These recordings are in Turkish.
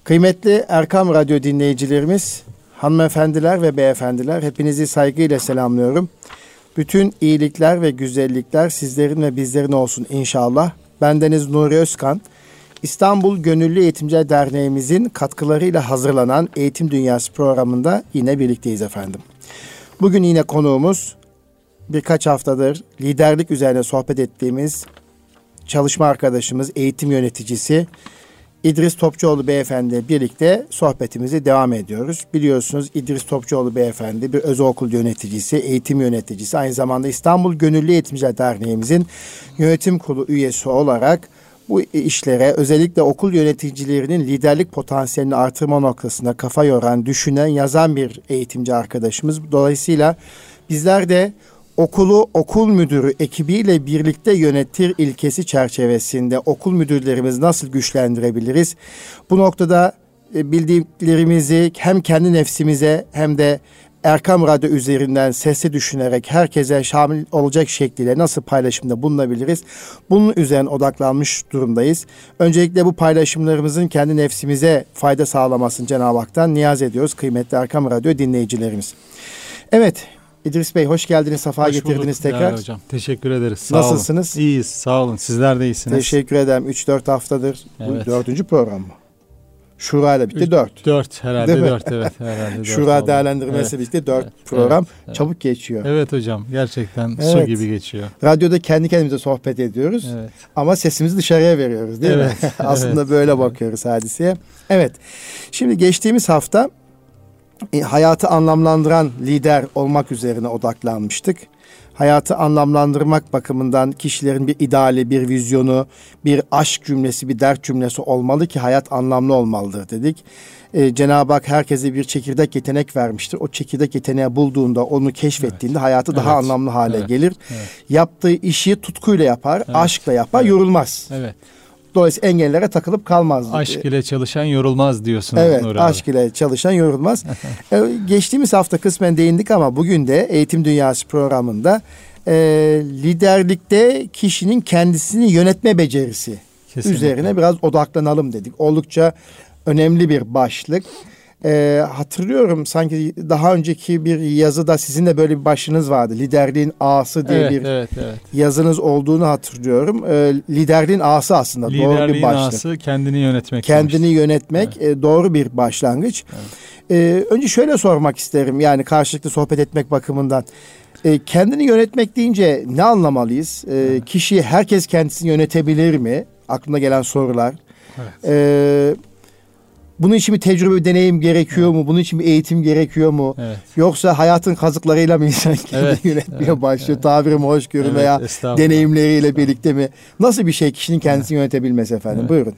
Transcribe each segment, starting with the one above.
Kıymetli Erkam Radyo dinleyicilerimiz, hanımefendiler ve beyefendiler, hepinizi saygıyla selamlıyorum. Bütün iyilikler ve güzellikler sizlerin ve bizlerin olsun inşallah. Bendeniz Nuri Özkan, İstanbul Gönüllü Eğitimciler Derneğimizin katkılarıyla hazırlanan Eğitim Dünyası programında yine birlikteyiz efendim. Bugün yine konuğumuz birkaç haftadır liderlik üzerine sohbet ettiğimiz çalışma arkadaşımız, eğitim yöneticisi İdris Topçuoğlu Beyefendi birlikte sohbetimize devam ediyoruz. Biliyorsunuz İdris Topçuoğlu Beyefendi bir özel okul yöneticisi, eğitim yöneticisi. Aynı zamanda İstanbul Gönüllü Eğitimciler Derneğimizin yönetim kurulu üyesi olarak bu işlere, özellikle okul yöneticilerinin liderlik potansiyelini artırma noktasında kafa yoran, düşünen, yazan bir eğitimci arkadaşımız. Dolayısıyla bizler de okulu okul müdürü ekibiyle birlikte yönetir ilkesi çerçevesinde okul müdürlerimizi nasıl güçlendirebiliriz? Bu noktada bildiklerimizi hem kendi nefsimize hem de Erkam Radyo üzerinden sesli düşünerek herkese şamil olacak şekliyle nasıl paylaşımda bulunabiliriz? Bunun üzerine odaklanmış durumdayız. Öncelikle bu paylaşımlarımızın kendi nefsimize fayda sağlamasını Cenab-ı Hak'tan niyaz ediyoruz kıymetli Erkam Radyo dinleyicilerimiz. Evet, İdris Bey hoş geldiniz, safa getirdiniz tekrar. Hocam. Teşekkür ederiz. Sağ Nasılsınız? Olun. İyiyiz, sağ olun. Sizler de iyisiniz. Teşekkür ederim. 3-4 haftadır. Evet. Bu 4. program mı? Şura ile birlikte 4. 4 herhalde 4 evet. Herhalde 4 Şura değerlendirmesi birlikte 4 program. Evet. Çabuk geçiyor. Evet hocam, gerçekten Evet. su gibi geçiyor. Radyoda kendi kendimize sohbet ediyoruz. Evet. Ama sesimizi dışarıya veriyoruz değil mi? Aslında evet. böyle bakıyoruz hadiseye. Evet. Şimdi geçtiğimiz hafta hayatı anlamlandıran lider olmak üzerine odaklanmıştık. Hayatı anlamlandırmak bakımından kişilerin bir ideali, bir vizyonu, bir aşk cümlesi, bir dert cümlesi olmalı ki hayat anlamlı olmalıdır dedik. Cenab-ı Hak herkese bir çekirdek yetenek vermiştir. O çekirdek yeteneği bulduğunda, onu keşfettiğinde hayatı daha anlamlı hale gelir. Evet. Yaptığı işi tutkuyla yapar, aşkla yapar, yorulmaz. Evet. Dolayısıyla engellere takılıp kalmaz. Aşk ile çalışan yorulmaz diyorsunuz evet, Nuri abi. Aşk ile çalışan yorulmaz. Geçtiğimiz hafta kısmen değindik ama bugün de Eğitim Dünyası programında liderlikte kişinin kendisini yönetme becerisi üzerine biraz odaklanalım dedik. Oldukça önemli bir başlık. Hatırlıyorum sanki daha önceki bir yazıda sizin de böyle bir başlığınız vardı. Liderliğin A'sı diye bir yazınız olduğunu hatırlıyorum. Liderliğin A'sı aslında doğru bir başlık. Liderliğin A'sı kendini yönetmek. Kendini yönetmek doğru bir başlangıç. Evet. Önce şöyle sormak isterim, yani karşılıklı sohbet etmek bakımından. Kendini yönetmek deyince ne anlamalıyız? Kişi, herkes kendisini yönetebilir mi? Aklına gelen sorular. Evet. Bunun için bir tecrübe, bir deneyim gerekiyor mu? Bunun için bir eğitim gerekiyor mu? Evet. Yoksa hayatın kazıklarıyla mı insan kendini yönetmeye başlıyor? Evet. Tabiri hoş görün veya deneyimleriyle birlikte mi? Nasıl bir şey kişinin kendisini yönetebilmesi efendim? Evet. Buyurun.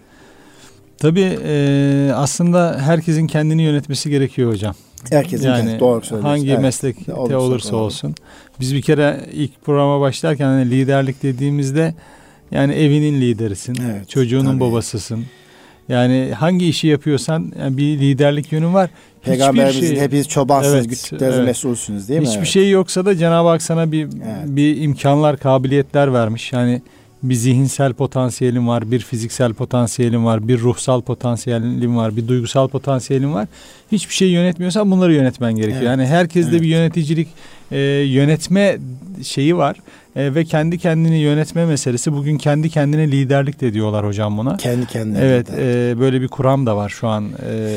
Tabii aslında herkesin kendini yönetmesi gerekiyor hocam. Herkesin kendisi, doğru söylüyorsun. Hangi meslekte olursa olsun. Biz bir kere ilk programa başlarken hani liderlik dediğimizde yani evinin liderisin, çocuğunun babasısın. Yani hangi işi yapıyorsan yani bir liderlik yönün var. Peygamberimizin hepiniz çobansınız, güttükleriniz mesulsünüz değil mi? Hiçbir şey yoksa da Cenab-ı Hak sana bir imkanlar, kabiliyetler vermiş. Yani bir zihinsel potansiyelin var, bir fiziksel potansiyelin var, bir ruhsal potansiyelin var, bir duygusal potansiyelin var. Hiçbir şey yönetmiyorsan bunları yönetmen gerekiyor. Evet. Yani herkeste bir yöneticilik, yönetme şeyi var. Ve kendi kendini yönetme meselesi, bugün kendi kendine liderlik de diyorlar hocam buna. Kendi kendine. Evet, böyle bir kuram da var şu an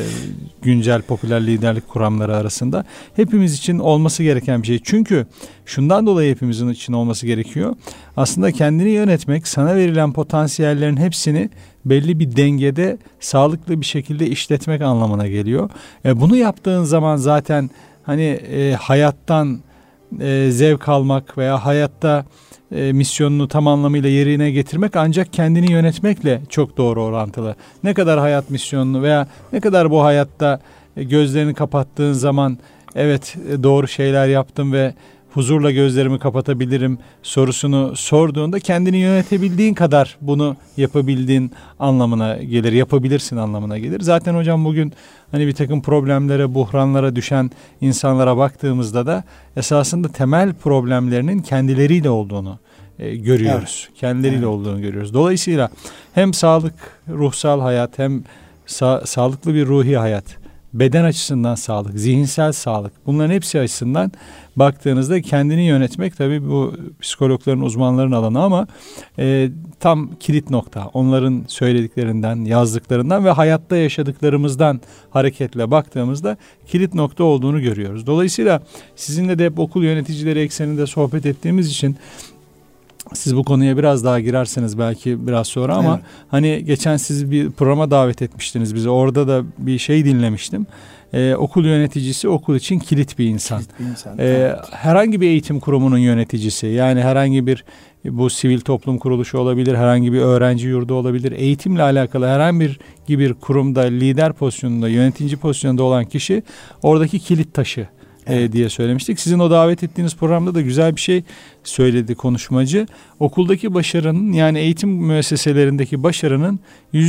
güncel popüler liderlik kuramları arasında. Hepimiz için olması gereken bir şey. Çünkü şundan dolayı hepimizin için olması gerekiyor. Aslında kendini yönetmek, sana verilen potansiyellerin hepsini belli bir dengede sağlıklı bir şekilde işletmek anlamına geliyor. Bunu yaptığın zaman zaten hani hayattan zevk almak veya hayatta misyonunu tam anlamıyla yerine getirmek ancak kendini yönetmekle çok doğru orantılı. Ne kadar hayat misyonunu veya ne kadar bu hayatta gözlerini kapattığın zaman evet doğru şeyler yaptım ve huzurla gözlerimi kapatabilirim sorusunu sorduğunda kendini yönetebildiğin kadar bunu yapabildiğin anlamına gelir, yapabilirsin anlamına gelir. Zaten hocam bugün hani bir takım problemlere, buhranlara düşen insanlara baktığımızda da esasında temel problemlerinin kendileriyle olduğunu görüyoruz. Evet. Kendileriyle olduğunu görüyoruz. Dolayısıyla hem sağlık, ruhsal hayat hem sağlıklı bir ruhi hayat, beden açısından sağlık, zihinsel sağlık, bunların hepsi açısından baktığınızda kendini yönetmek tabii bu psikologların, uzmanların alanı ama tam kilit nokta. Onların söylediklerinden, yazdıklarından ve hayatta yaşadıklarımızdan hareketle baktığımızda kilit nokta olduğunu görüyoruz. Dolayısıyla sizinle de hep okul yöneticileri ekseninde sohbet ettiğimiz için siz bu konuya biraz daha girerseniz belki biraz sonra ama evet. Hani geçen siz bir programa davet etmiştiniz bizi. Orada da bir şey dinlemiştim. Okul yöneticisi okul için kilit bir insan. Kilit bir insan. Herhangi bir eğitim kurumunun yöneticisi, yani herhangi bir bu sivil toplum kuruluşu olabilir, herhangi bir öğrenci yurdu olabilir. Eğitimle alakalı herhangi bir kurumda lider pozisyonunda, yönetici pozisyonunda olan kişi oradaki kilit taşı. Evet. Diye söylemiştik. Sizin o davet ettiğiniz programda da güzel bir şey söyledi konuşmacı. Okuldaki başarının, yani eğitim müesseselerindeki başarının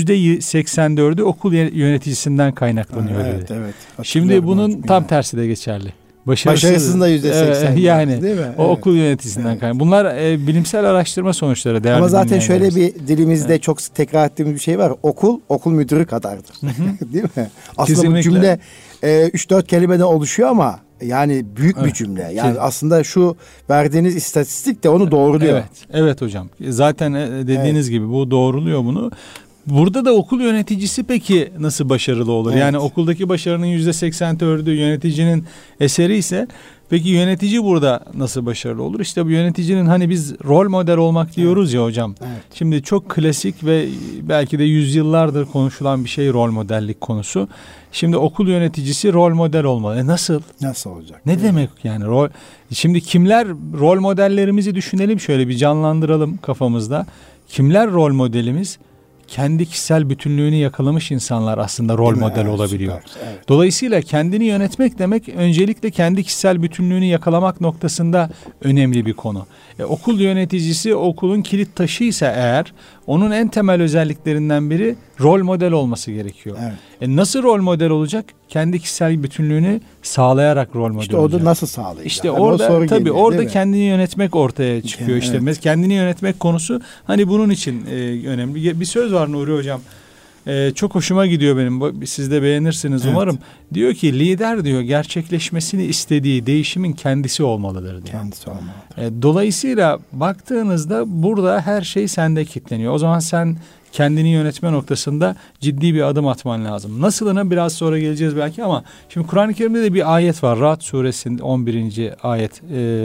%84'ü okul yöneticisinden kaynaklanıyor dedi. Evet. Şimdi bunun tam tersi de geçerli. Başarısının da %80. Yani değil mi? O okul yöneticisinden kaynaklanıyor. Bunlar bilimsel araştırma sonuçları. Ama zaten şöyle bir dilimizde çok tekrar ettiğimiz bir şey var. Okul müdürü kadardır. Değil mi? Aslında kesinlikle. Bu cümle 3-4 kelimeden oluşuyor ama yani büyük bir cümle. Yani aslında şu verdiğiniz istatistik de onu doğruluyor. Evet hocam. Zaten dediğiniz gibi bu doğruluyor bunu. Burada da okul yöneticisi peki nasıl başarılı olur? Evet. Yani okuldaki başarının %84'ü yöneticinin eseri ise peki yönetici burada nasıl başarılı olur? İşte bu yöneticinin, hani biz rol model olmak diyoruz ya hocam. Evet. Şimdi çok klasik ve belki de yüzyıllardır konuşulan bir şey rol modellik konusu. Şimdi okul yöneticisi rol model olmalı. Nasıl? Nasıl olacak? Ne demek yani rol? Şimdi kimler rol modellerimizi düşünelim, şöyle bir canlandıralım kafamızda. Kimler rol modelimiz? Kendi kişisel bütünlüğünü yakalamış insanlar aslında rol model olabiliyor. Süper, evet. Dolayısıyla kendini yönetmek demek öncelikle kendi kişisel bütünlüğünü yakalamak noktasında önemli bir konu. Okul yöneticisi okulun kilit taşıysa eğer, onun en temel özelliklerinden biri rol model olması gerekiyor. Evet. Nasıl rol model olacak? Kendi kişisel bütünlüğünü sağlayarak rol model olacak. İşte orada nasıl sağlayacak? İşte yani orada tabii orada kendini yönetmek ortaya çıkıyor. Evet. İşte kendini yönetmek konusu hani bunun için önemli. Bir söz var Nuri Hocam. Çok hoşuma gidiyor benim. Siz de beğenirsiniz umarım. Diyor ki lider diyor gerçekleşmesini istediği değişimin kendisi olmalıdır diyor. Kendisi olmalıdır. Dolayısıyla baktığınızda burada her şey sende kilitleniyor. O zaman sen kendini yönetme noktasında ciddi bir adım atman lazım. Nasılına biraz sonra geleceğiz belki ama şimdi Kur'an-ı Kerim'de de bir ayet var. Ra'd suresinin 11. ayet.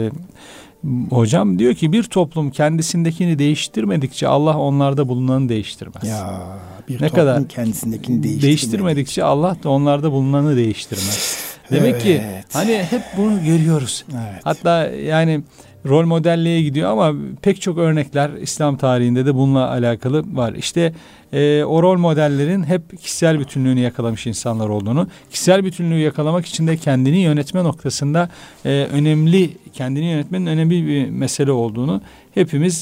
Hocam diyor ki bir toplum kendisindekini değiştirmedikçe Allah onlarda bulunanı değiştirmez. Ya bir ne kadar kendisindekini değiştirmedikçe Allah da onlarda bulunanı değiştirmez. Demek ki hani hep bunu görüyoruz. Evet. Hatta yani rol modelliğe gidiyor ama pek çok örnekler İslam tarihinde de bununla alakalı var. İşte o rol modellerin hep kişisel bütünlüğünü yakalamış insanlar olduğunu, kişisel bütünlüğü yakalamak için de kendini yönetme noktasında kendini yönetmenin önemli bir mesele olduğunu hepimiz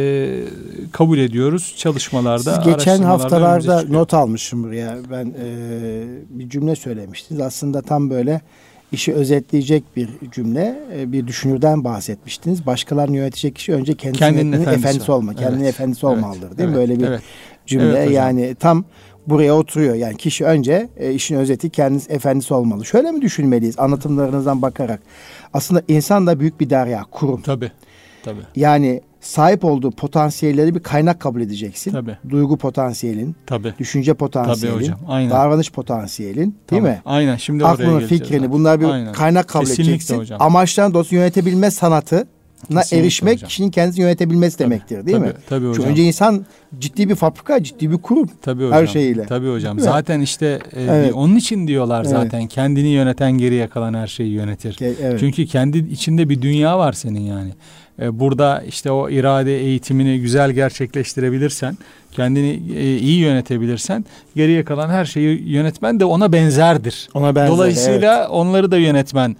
kabul ediyoruz çalışmalarda. Siz geçen haftalarda not almışım buraya. Ben bir cümle söylemiştiniz. Aslında tam böyle işi özetleyecek bir cümle, bir düşünürden bahsetmiştiniz. Başkalarını yönetecek kişi önce kendinin efendisi olma. Kendinin efendisi olmalıdır değil mi? Böyle bir cümle yani tam buraya oturuyor. Yani kişi önce işin özeti kendiniz efendisi olmalı. Şöyle mi düşünmeliyiz anlatımlarınızdan bakarak? Aslında insan da büyük bir derya, kurum. Tabii. Yani sahip olduğu potansiyelleri bir kaynak kabul edeceksin. Tabii. Duygu potansiyelin, düşünce potansiyelin, davranış potansiyelin, değil mi? Aynen. Şimdi aklını, fikrini bunlar bir kaynak kabul edeceksin. Hocam. Amaçlarına doğrusu yönetebilme sanatına erişmek hocam. Kişinin kendisini yönetebilmesi demektir, değil mi? Tabii hocam. Çünkü önce insan ciddi bir fabrika, ciddi bir kurum. Tabii hocam. Her şeyiyle. Tabii hocam. Zaten işte onun için diyorlar zaten. Kendini yöneten geriye kalan her şeyi yönetir. Çünkü kendi içinde bir dünya var senin yani. Burada işte o irade eğitimini güzel gerçekleştirebilirsen, kendini iyi yönetebilirsen geriye kalan her şeyi yönetmen de ona benzerdir. Dolayısıyla onları da yönetmen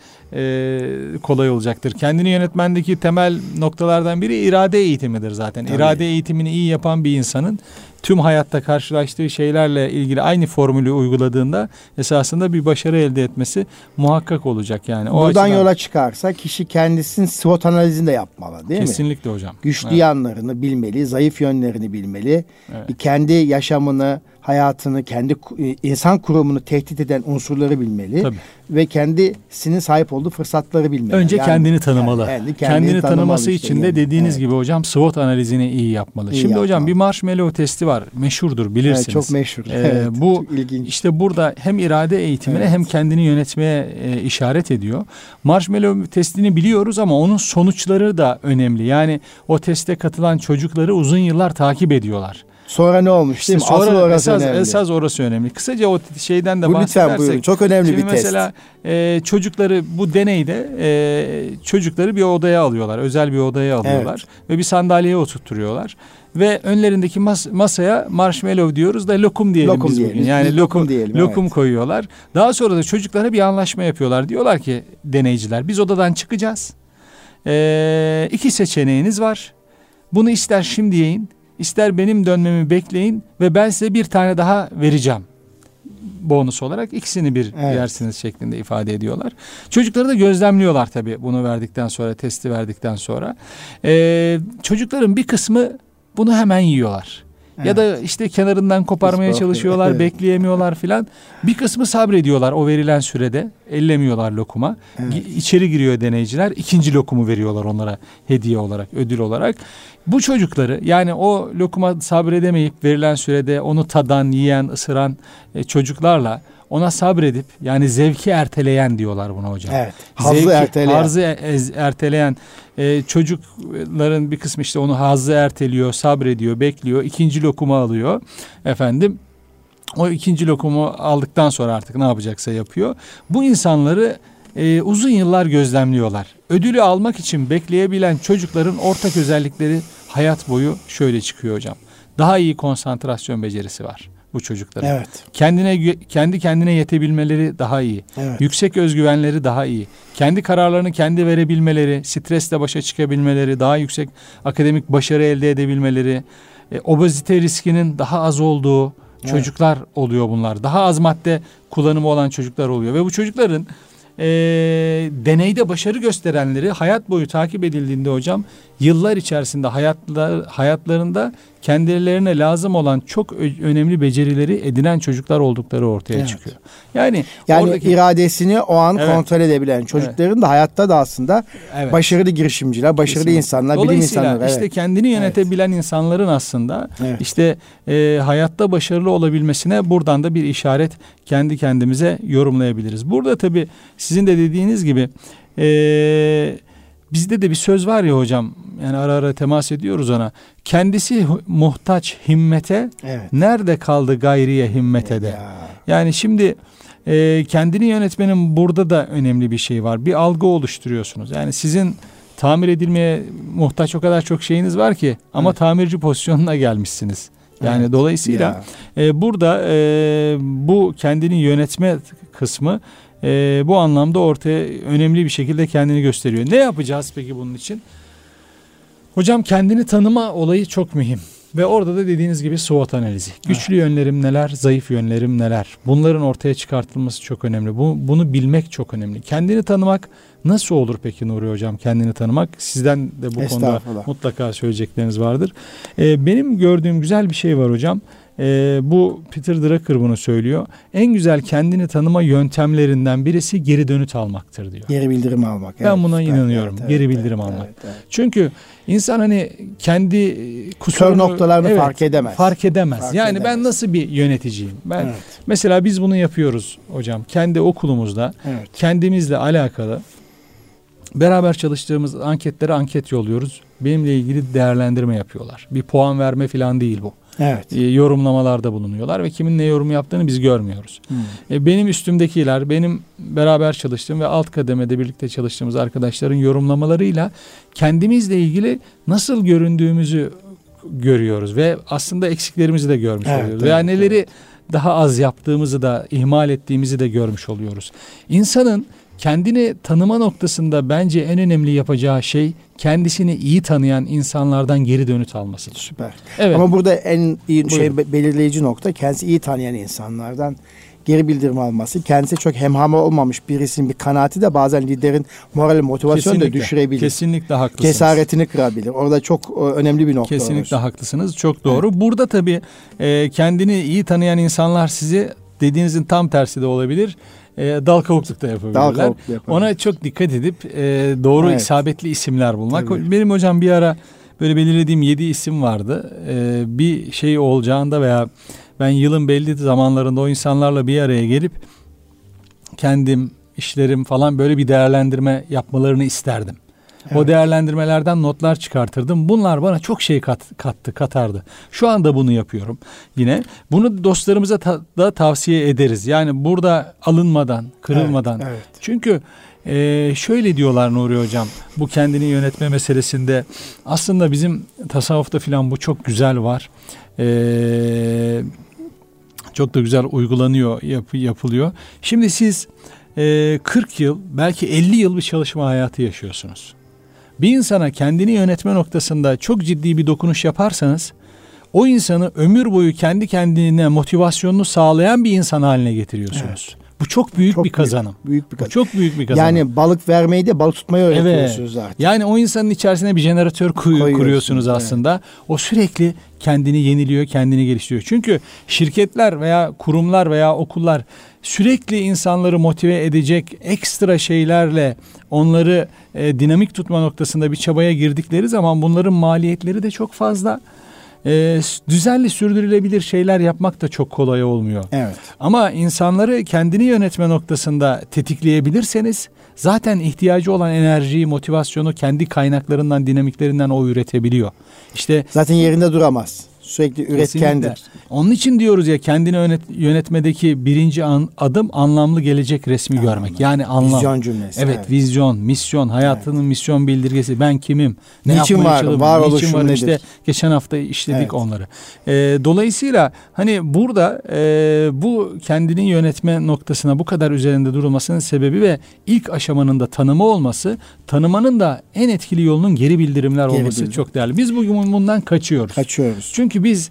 kolay olacaktır. Kendini yönetmendeki temel noktalardan biri irade eğitimidir zaten. Tabii. İrade eğitimini iyi yapan bir insanın tüm hayatta karşılaştığı şeylerle ilgili aynı formülü uyguladığında esasında bir başarı elde etmesi muhakkak olacak yani. Buradan yola çıkarsa kişi kendisinin SWOT analizini de yapmalı değil mi? Kesinlikle hocam. Güçlü yanlarını bilmeli, zayıf yönlerini bilmeli. Kendi yaşamını hayatını, kendi insan kurumunu tehdit eden unsurları bilmeli. Tabii. Ve kendisinin sahip olduğu fırsatları bilmeli. Önce kendini tanımalı. Kendini tanıması işte için de yani. dediğiniz gibi hocam SWOT analizini iyi yapmalı. Şimdi hocam bir marshmallow testi var. Meşhurdur, bilirsiniz. Evet, çok meşhur. Bu çok ilginç. işte burada hem irade eğitimine hem kendini yönetmeye işaret ediyor. Marshmallow testini biliyoruz ama onun sonuçları da önemli. Yani o teste katılan çocukları uzun yıllar takip ediyorlar. Sonra ne olmuş İşte değil mi? sonra Asıl orası önemli. esas orası önemli. Kısaca o şeyden de Bu bahsedersek. lütfen buyurun. Çok önemli bir test. Mesela çocukları bu deneyde çocukları bir odaya alıyorlar. Özel bir odaya alıyorlar. Ve bir sandalyeye oturtturuyorlar. Ve önlerindeki masaya marshmallow diyoruz da lokum diyelim biz bugün. Yani lokum koyuyorlar. Daha sonra da çocuklara bir anlaşma yapıyorlar. Diyorlar ki deneyciler, biz odadan çıkacağız. 2 seçeneğiniz var. Bunu ister şimdi yiyin, İster benim dönmemi bekleyin ve ben size bir tane daha vereceğim. Bonus olarak ikisini bir yersiniz şeklinde ifade ediyorlar. Çocukları da gözlemliyorlar tabii bunu verdikten sonra, testi verdikten sonra. Çocukların bir kısmı bunu hemen yiyorlar. Ya da işte kenarından koparmaya çalışıyorlar, bekleyemiyorlar filan. Bir kısmı sabrediyorlar o verilen sürede. Ellemiyorlar lokuma. İçeri giriyor deneyciler. 2. lokumu veriyorlar onlara hediye olarak, ödül olarak. Bu çocukları, yani o lokuma sabredemeyip verilen sürede onu tadan, yiyen, ısıran çocuklarla ona sabredip, yani zevki erteleyen diyorlar buna hocam. Evet. Hazzı erteleyen çocukların bir kısmı işte onu hazzı erteliyor, sabrediyor, bekliyor. 2. lokumu alıyor. Efendim, o 2. lokumu aldıktan sonra artık ne yapacaksa yapıyor. Bu insanları uzun yıllar gözlemliyorlar. Ödülü almak için bekleyebilen çocukların ortak özellikleri hayat boyu şöyle çıkıyor hocam. Daha iyi konsantrasyon becerisi var bu çocukların. Evet. Kendi kendine yetebilmeleri daha iyi. Evet. Yüksek özgüvenleri daha iyi. Kendi kararlarını kendi verebilmeleri, stresle başa çıkabilmeleri, daha yüksek akademik başarı elde edebilmeleri, obezite riskinin daha az olduğu çocuklar oluyor bunlar. Daha az madde kullanımı olan çocuklar oluyor ve bu çocukların deneyde başarı gösterenleri hayat boyu takip edildiğinde hocam yıllar içerisinde hayatlarında kendilerine lazım olan çok önemli becerileri edinen çocuklar oldukları ortaya çıkıyor. Yani oradaki iradesini o an kontrol edebilen çocukların da hayatta da aslında başarılı girişimciler, başarılı insanlar, bilim insanları. Dolayısıyla işte kendini yönetebilen insanların aslında işte hayatta başarılı olabilmesine buradan da bir işaret kendi kendimize yorumlayabiliriz. Burada tabii sizin de dediğiniz gibi bizde de bir söz var ya hocam, yani ara ara temas ediyoruz ona. Kendisi muhtaç himmete, nerede kaldı gayriye himmete de. Yani şimdi kendini yönetmenin burada da önemli bir şey var. Bir algı oluşturuyorsunuz. Yani sizin tamir edilmeye muhtaç o kadar çok şeyiniz var ki ama tamirci pozisyonuna gelmişsiniz. Yani dolayısıyla burada bu kendini yönetme kısmı bu anlamda ortaya önemli bir şekilde kendini gösteriyor. Ne yapacağız peki bunun için? Hocam kendini tanıma olayı çok mühim. Ve orada da dediğiniz gibi SWOT analizi. Güçlü yönlerim neler, zayıf yönlerim neler? Bunların ortaya çıkartılması çok önemli. Bunu bilmek çok önemli. Kendini tanımak nasıl olur peki Nuri Hocam? Kendini tanımak. Sizden de bu konuda mutlaka söyleyecekleriniz vardır. Benim gördüğüm güzel bir şey var hocam. Bu Peter Drucker bunu söylüyor. En güzel kendini tanıma yöntemlerinden birisi geri dönüt almaktır diyor. Geri bildirim almak. Ben buna inanıyorum. Geri bildirim almak. Çünkü insan hani kendi kusurunu, kör noktalarını fark edemez. Yani ben nasıl bir yöneticiyim? Mesela biz bunu yapıyoruz hocam. Kendi okulumuzda kendimizle alakalı beraber çalıştığımız anketlere anket yolluyoruz. Benimle ilgili değerlendirme yapıyorlar. Bir puan verme falan değil bu. Yorumlamalarda bulunuyorlar ve kimin ne yorum yaptığını biz görmüyoruz. Benim üstümdekiler, benim beraber çalıştığım ve alt kademede birlikte çalıştığımız arkadaşların yorumlamalarıyla kendimizle ilgili nasıl göründüğümüzü görüyoruz ve aslında eksiklerimizi de görmüş oluyoruz. Veya neleri daha az yaptığımızı da, ihmal ettiğimizi de görmüş oluyoruz. İnsanın kendini tanıma noktasında bence en önemli yapacağı şey kendisini iyi tanıyan insanlardan geri dönüt almasıdır. Süper. Ama burada en iyi belirleyici nokta kendisi iyi tanıyan insanlardan geri bildirim alması, kendisi çok hemhame olmamış birisinin bir kanaati de bazen liderin moral motivasyonu da düşürebilir. Kesinlikle haklısınız. Cesaretini kırabilir. Orada çok önemli bir nokta. Kesinlikle haklısınız. Çok doğru. Evet. Burada tabii kendini iyi tanıyan insanlar sizi dediğinizin tam tersi de olabilir. Dal kavukluk da yapabilirler. Ona çok dikkat edip doğru isabetli isimler bulmak. Tabii. Benim hocam bir ara böyle belirlediğim 7 isim vardı. Bir şey olacağında veya ben yılın belli zamanlarında o insanlarla bir araya gelip kendim, işlerim falan böyle bir değerlendirme yapmalarını isterdim. Evet. O değerlendirmelerden notlar çıkartırdım. Bunlar bana çok şey katardı. Şu anda bunu yapıyorum yine. Bunu dostlarımıza da tavsiye ederiz. Yani burada alınmadan, kırılmadan. Evet, evet. Çünkü şöyle diyorlar Nuri Hocam, bu kendini yönetme meselesinde aslında bizim tasavvufta filan bu çok güzel var. Çok da güzel uygulanıyor, yapılıyor. Şimdi siz 40 yıl, belki 50 yıl bir çalışma hayatı yaşıyorsunuz. Bir insana kendini yönetme noktasında çok ciddi bir dokunuş yaparsanız, o insanı ömür boyu kendi kendine motivasyonunu sağlayan bir insan haline getiriyorsunuz. Evet. Bu çok büyük bir kazanım. Büyük bir kazanım. Çok büyük bir kazanım. Yani balık vermeyi de balık tutmayı öğretiyorsunuz artık. Yani o insanın içerisine bir jeneratör kuruyorsunuz aslında. Evet. O sürekli kendini yeniliyor, kendini geliştiriyor. Çünkü şirketler veya kurumlar veya okullar sürekli insanları motive edecek ekstra şeylerle onları dinamik tutma noktasında bir çabaya girdikleri zaman bunların maliyetleri de çok fazla. Düzenli sürdürülebilir şeyler yapmak da çok kolay olmuyor. Evet. Ama insanları kendini yönetme noktasında tetikleyebilirseniz zaten ihtiyacı olan enerjiyi, motivasyonu kendi kaynaklarından, dinamiklerinden o üretebiliyor. İşte zaten yerinde duramaz. Sürekli üretkendir. Onun için diyoruz ya, kendini yönetmedeki birinci adım anlamlı gelecek resmi görmek. Yani anlam. Vizyon cümlesi. Evet, vizyon, misyon, hayatının misyon bildirgesi. Ben kimim? Ne niçin yapmaya varım? Varoluşum nedir? İşte geçen hafta işledik onları. Dolayısıyla hani burada bu kendini yönetme noktasına bu kadar üzerinde durulmasının sebebi ve ilk aşamanın da tanımı olması, tanımanın da en etkili yolunun geri bildirimler olması çok değerli. Biz bugün bundan kaçıyoruz. Çünkü biz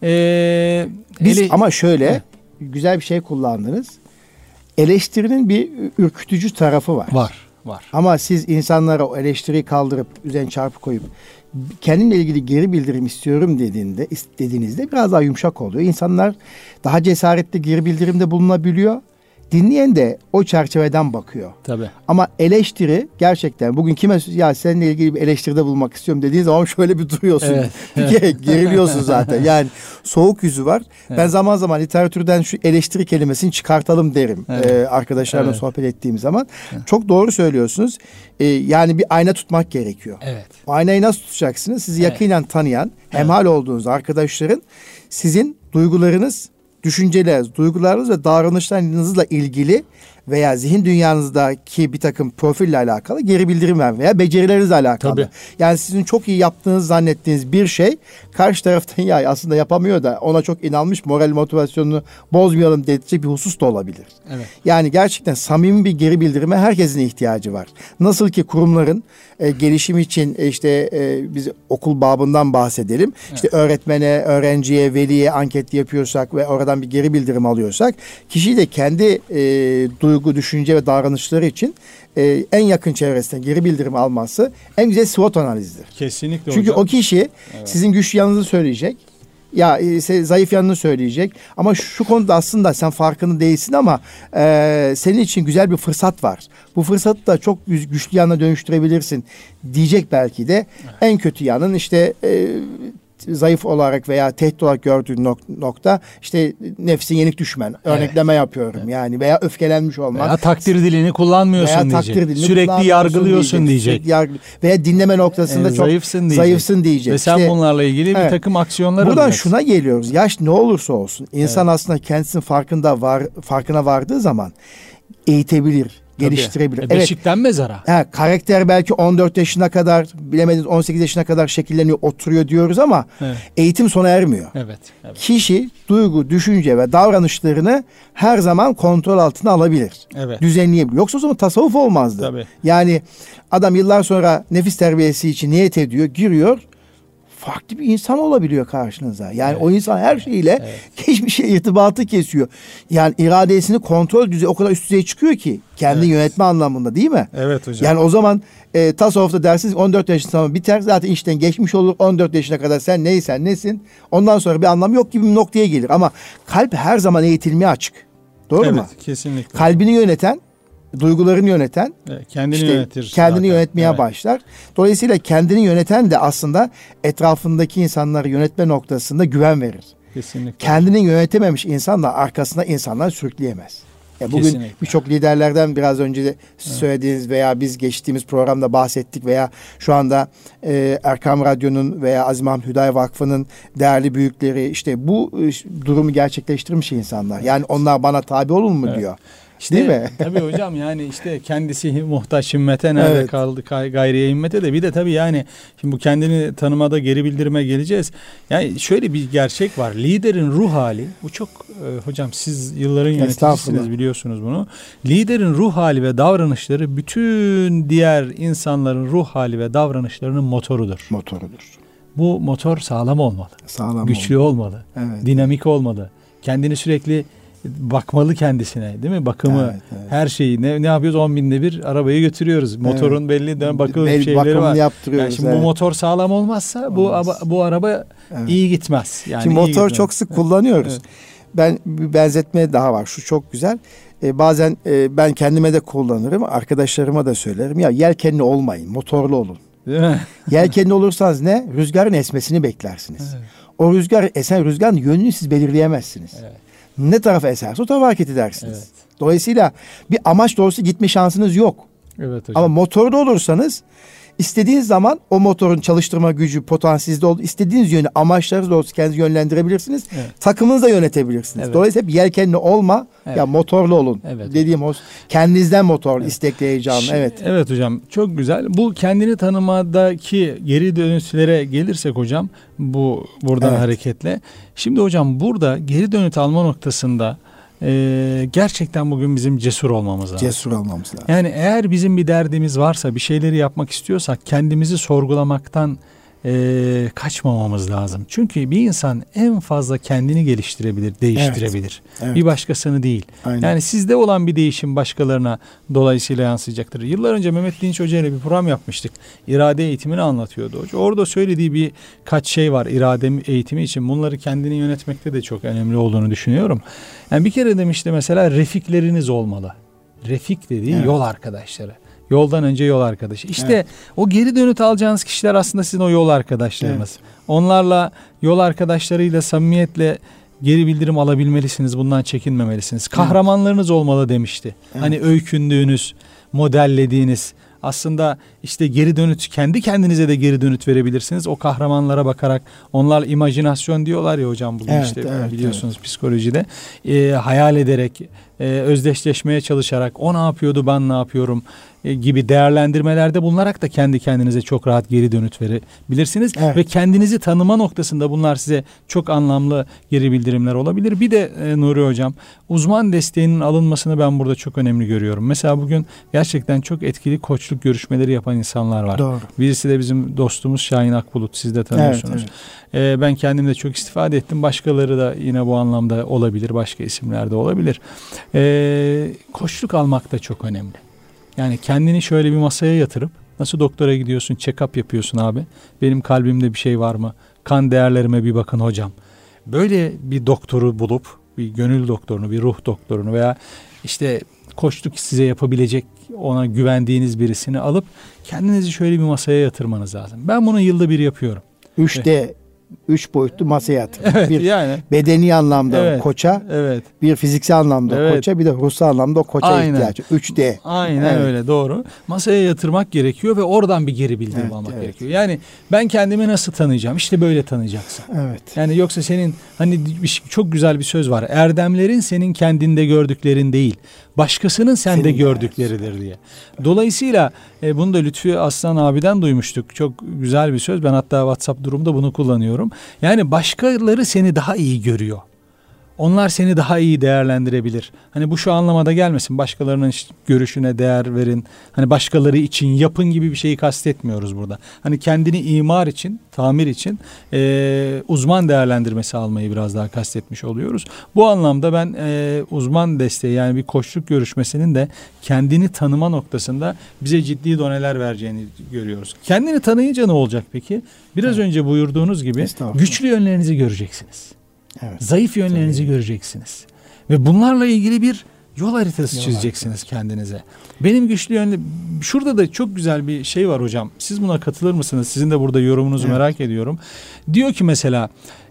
ama şöyle güzel bir şey kullandınız. Eleştirinin bir ürkütücü tarafı var. Var. Ama siz insanlara o eleştiriyi kaldırıp üzerine çarpı koyup kendimle ilgili geri bildirim istiyorum dediğinizde biraz daha yumuşak oluyor. İnsanlar daha cesaretli geri bildirimde bulunabiliyor. Dinleyen de o çerçeveden bakıyor. Tabii. Ama eleştiri gerçekten bugün kime ya seninle ilgili bir eleştiride bulunmak istiyorum dediğin zaman şöyle bir duruyorsun. Evet. Geriliyorsun zaten. Yani soğuk yüzü var. Evet. Ben zaman zaman literatürden şu eleştiri kelimesini çıkartalım derim. Evet. Arkadaşlarla sohbet ettiğim zaman. Evet. Çok doğru söylüyorsunuz. Yani bir ayna tutmak gerekiyor. Evet. O aynayı nasıl tutacaksınız? Sizi yakinen tanıyan, hemhal olduğunuz arkadaşların sizin duygularınız, düşünceleriniz, duygularınız ve davranışlarınızla ilgili veya zihin dünyanızdaki bir takım profille alakalı geri bildirim verme veya becerilerinizle alakalı. Tabii. Yani sizin çok iyi yaptığınızı zannettiğiniz bir şey karşı taraftan ya aslında yapamıyor da ona çok inanmış, moral motivasyonunu bozmayalım dediği bir husus da olabilir. Evet. Yani gerçekten samimi bir geri bildirime herkesin ihtiyacı var. Nasıl ki kurumların gelişimi için biz okul babından bahsedelim. Evet. İşte öğretmene, öğrenciye, veliye anket yapıyorsak ve oradan bir geri bildirim alıyorsak kişi de kendi duygu, düşünce ve davranışları için en yakın çevresinden geri bildirim alması en güzel SWOT analizidir. Kesinlikle. Çünkü hocam, o kişi sizin güçlü yanınızı söyleyecek. Ya zayıf yanını söyleyecek. Ama şu konuda aslında sen farkında değilsin ama senin için güzel bir fırsat var. Bu fırsatı da çok güçlü yanına dönüştürebilirsin diyecek belki de. Evet. En kötü yanın zayıf olarak veya tehdit olarak gördüğün nokta nefsin yenik düşmen. Örnekleme yapıyorum yani veya öfkelenmiş olmak. Veya takdir dilini kullanmıyorsun diyecek. Sürekli yargılıyorsun diyecek. Veya dinleme noktasında çok zayıfsın diyecek. Ve sen bunlarla ilgili bir takım aksiyonlar alacaksın. Buradan şuna geliyoruz. Yaş ne olursa olsun insan aslında kendisinin farkına vardığı zaman eğitebilir, geliştirebilir. Beşikten mezara. Karakter belki 14 yaşına kadar, bilemediniz 18 yaşına kadar şekilleniyor, oturuyor diyoruz ama eğitim sona ermiyor. Evet. Kişi duygu, düşünce ve davranışlarını her zaman kontrol altına alabilir. Evet. Düzenleyebilir. Yoksa o zaman tasavvuf olmazdı. Tabii. Yani adam yıllar sonra nefis terbiyesi için niyet ediyor, giriyor. farklı bir insan olabiliyor karşınıza. Yani o insan her şeyiyle hiçbir şey irtibatı kesiyor. Yani iradesini kontrol düzeyi o kadar üst düzeye çıkıyor ki kendi yönetme anlamında, değil mi? Evet hocam. Yani o zaman tasavvufta dersiniz 14 yaşında sonra biter, zaten işten geçmiş olur. 14 yaşına kadar sen neysen nesin, ondan sonra bir anlam yok gibi bir noktaya gelir. Ama kalp her zaman eğitilmeye açık. Doğru mu? Evet, kesinlikle. Kalbini yöneten, duygularını yöneten, kendini yönetir. Kendini zaten. yönetmeye başlar. Dolayısıyla kendini yöneten de aslında etrafındaki insanları yönetme noktasında güven verir. Kesinlikle. Kendini yönetememiş insanla arkasında insanlar sürükleyemez. Bugün Kesinlikle. birçok liderlerden biraz önce de söylediğiniz veya biz geçtiğimiz programda bahsettik veya şu anda Erkam Radyo'nun veya Aziz Mahmut Hüdayi Vakfı'nın değerli büyükleri işte bu durumu gerçekleştirmiş insanlar. Yani onlar bana tabi olun mu diyor. İşte, değil mi? Tabii hocam, yani işte kendisi muhtaç himmete nerede kaldı gayriye himmete de, bir de tabii yani şimdi bu kendini tanımada geri bildirime geleceğiz. Yani şöyle bir gerçek var. Liderin ruh hali, bu çok hocam siz yılların yöneticisiniz, biliyorsunuz bunu. Liderin ruh hali ve davranışları bütün diğer insanların ruh hali ve davranışlarının motorudur. Bu motor sağlam olmalı. Güçlü olmalı. Evet. Dinamik olmalı. Kendini sürekli bakmalı kendisine, değil mi? Bakımı, her şeyi ne yapıyoruz? 10 binde bir arabayı götürüyoruz. Motorun belli şeyleri var. Yani şimdi bu motor sağlam olmazsa bu araba iyi gitmez. Yani şimdi motor çok sık kullanıyoruz. Ben bir benzetme daha var. Şu çok güzel. Bazen ben kendime de kullanırım, arkadaşlarıma da söylerim. Ya yelkenli olmayın, motorlu olun. Değil mi? Yelkenli olursanız ne? Rüzgarın esmesini beklersiniz. O rüzgarın yönünü siz belirleyemezsiniz. Ne tarafa eserse o tarafa hareket edersiniz. Dolayısıyla bir amaç doğrusu gitme şansınız yok. Evet hocam. Ama motorda olursanız istediğiniz zaman o motorun çalıştırma gücü, potansiyeli olduğu istediğiniz yönü, amaçlarınız doğrusu kendinizi yönlendirebilirsiniz. Takımınızı da yönetebilirsiniz. Dolayısıyla hep yelkenli olma, ya motorlu olun. Dediğim o kendinizden motorlu, istekli, heyecanlı. Evet hocam, çok güzel. Bu kendini tanımadaki geri dönütlere gelirsek hocam, buradan hareketle. Şimdi hocam burada geri dönüt alma noktasında gerçekten bugün bizim cesur olmamız lazım. Cesur olmamız lazım. Yani eğer bizim bir derdimiz varsa, bir şeyleri yapmak istiyorsak kendimizi sorgulamaktan kaçmamamız lazım. Çünkü bir insan en fazla kendini geliştirebilir, değiştirebilir. Bir başkasını değil. Aynen. Yani sizde olan bir değişim başkalarına dolayısıyla yansıyacaktır. Yıllar önce Mehmet Dinç Hoca ile bir program yapmıştık. İrade eğitimini anlatıyordu hoca. Orada söylediği birkaç şey var irade eğitimi için. Bunları kendini yönetmekte de çok önemli olduğunu düşünüyorum. Yani bir kere demişti mesela, refikleriniz olmalı. Refik dediği yol arkadaşları. Yoldan önce yol arkadaşı. İşte o geri dönüt alacağınız kişiler aslında sizin o yol arkadaşlarınız. Onlarla, yol arkadaşlarıyla samimiyetle geri bildirim alabilmelisiniz. Bundan çekinmemelisiniz. Kahramanlarınız olmalı demişti. Hani öykündüğünüz, modellediğiniz, aslında işte geri dönüt, kendi kendinize de geri dönüt verebilirsiniz. O kahramanlara bakarak, onlar imajinasyon diyorlar ya hocam bugün biliyorsunuz psikolojide. Hayal ederek, özdeşleşmeye çalışarak, o ne yapıyordu ben ne yapıyorum gibi değerlendirmelerde bulunarak da kendi kendinize çok rahat geri dönüt verebilirsiniz. Ve kendinizi tanıma noktasında bunlar size çok anlamlı geri bildirimler olabilir. Bir de Nuri hocam, uzman desteğinin alınmasını ben burada çok önemli görüyorum. Mesela bugün gerçekten çok etkili koçluk görüşmeleri yapan insanlar var. Doğru. Birisi de bizim dostumuz Şahin Akbulut, siz de tanıyorsunuz. Ben kendim de çok istifade ettim. Başkaları da yine bu anlamda olabilir. Başka isimler de olabilir. Koçluk almak da çok önemli. Yani kendini şöyle bir masaya yatırıp, nasıl doktora gidiyorsun, check-up yapıyorsun abi. Benim kalbimde bir şey var mı? Kan değerlerime bir bakın hocam. Böyle bir doktoru bulup, bir gönül doktorunu, bir ruh doktorunu veya işte koçluk size yapabilecek, ona güvendiğiniz birisini alıp kendinizi şöyle bir masaya yatırmanız lazım. Ben bunu yılda bir yapıyorum. 3 boyutlu masaya yatırın. Bir yani bedeni anlamda koça, bir fiziksel anlamda koça, bir de ruhsal anlamda koça ihtiyaç. 3D. Aynen öyle, doğru. Masaya yatırmak gerekiyor ve oradan bir geri bildirim almak gerekiyor. Yani ben kendimi nasıl tanıyacağım? İşte böyle tanıyacaksın. Yani yoksa senin hani çok güzel bir söz var. Erdemlerin senin kendinde gördüklerin değil, başkasının sende gördükleridir diye. Dolayısıyla bunu da Lütfi Aslan abiden duymuştuk. Çok güzel bir söz. Ben hatta WhatsApp durumda bunu kullanıyorum. Yani başkaları seni daha iyi görüyor. Onlar seni daha iyi değerlendirebilir. Hani bu şu anlamada gelmesin. Başkalarının görüşüne değer verin. Hani başkaları için yapın gibi bir şeyi kastetmiyoruz burada. Hani kendini imar için, tamir için uzman değerlendirmesi almayı biraz daha kastetmiş oluyoruz. Bu anlamda ben uzman desteği, yani bir koçluk görüşmesinin de kendini tanıma noktasında bize ciddi doneler vereceğini görüyoruz. Kendini tanıyınca ne olacak peki? Biraz önce buyurduğunuz gibi güçlü yönlerinizi göreceksiniz. Evet. Zayıf yönlerinizi göreceksiniz. Ve bunlarla ilgili bir yol haritası çizeceksiniz kendinize. Benim güçlü yönlü... Şurada da çok güzel bir şey var hocam. Siz buna katılır mısınız? Sizin de burada yorumunuzu merak ediyorum. Diyor ki mesela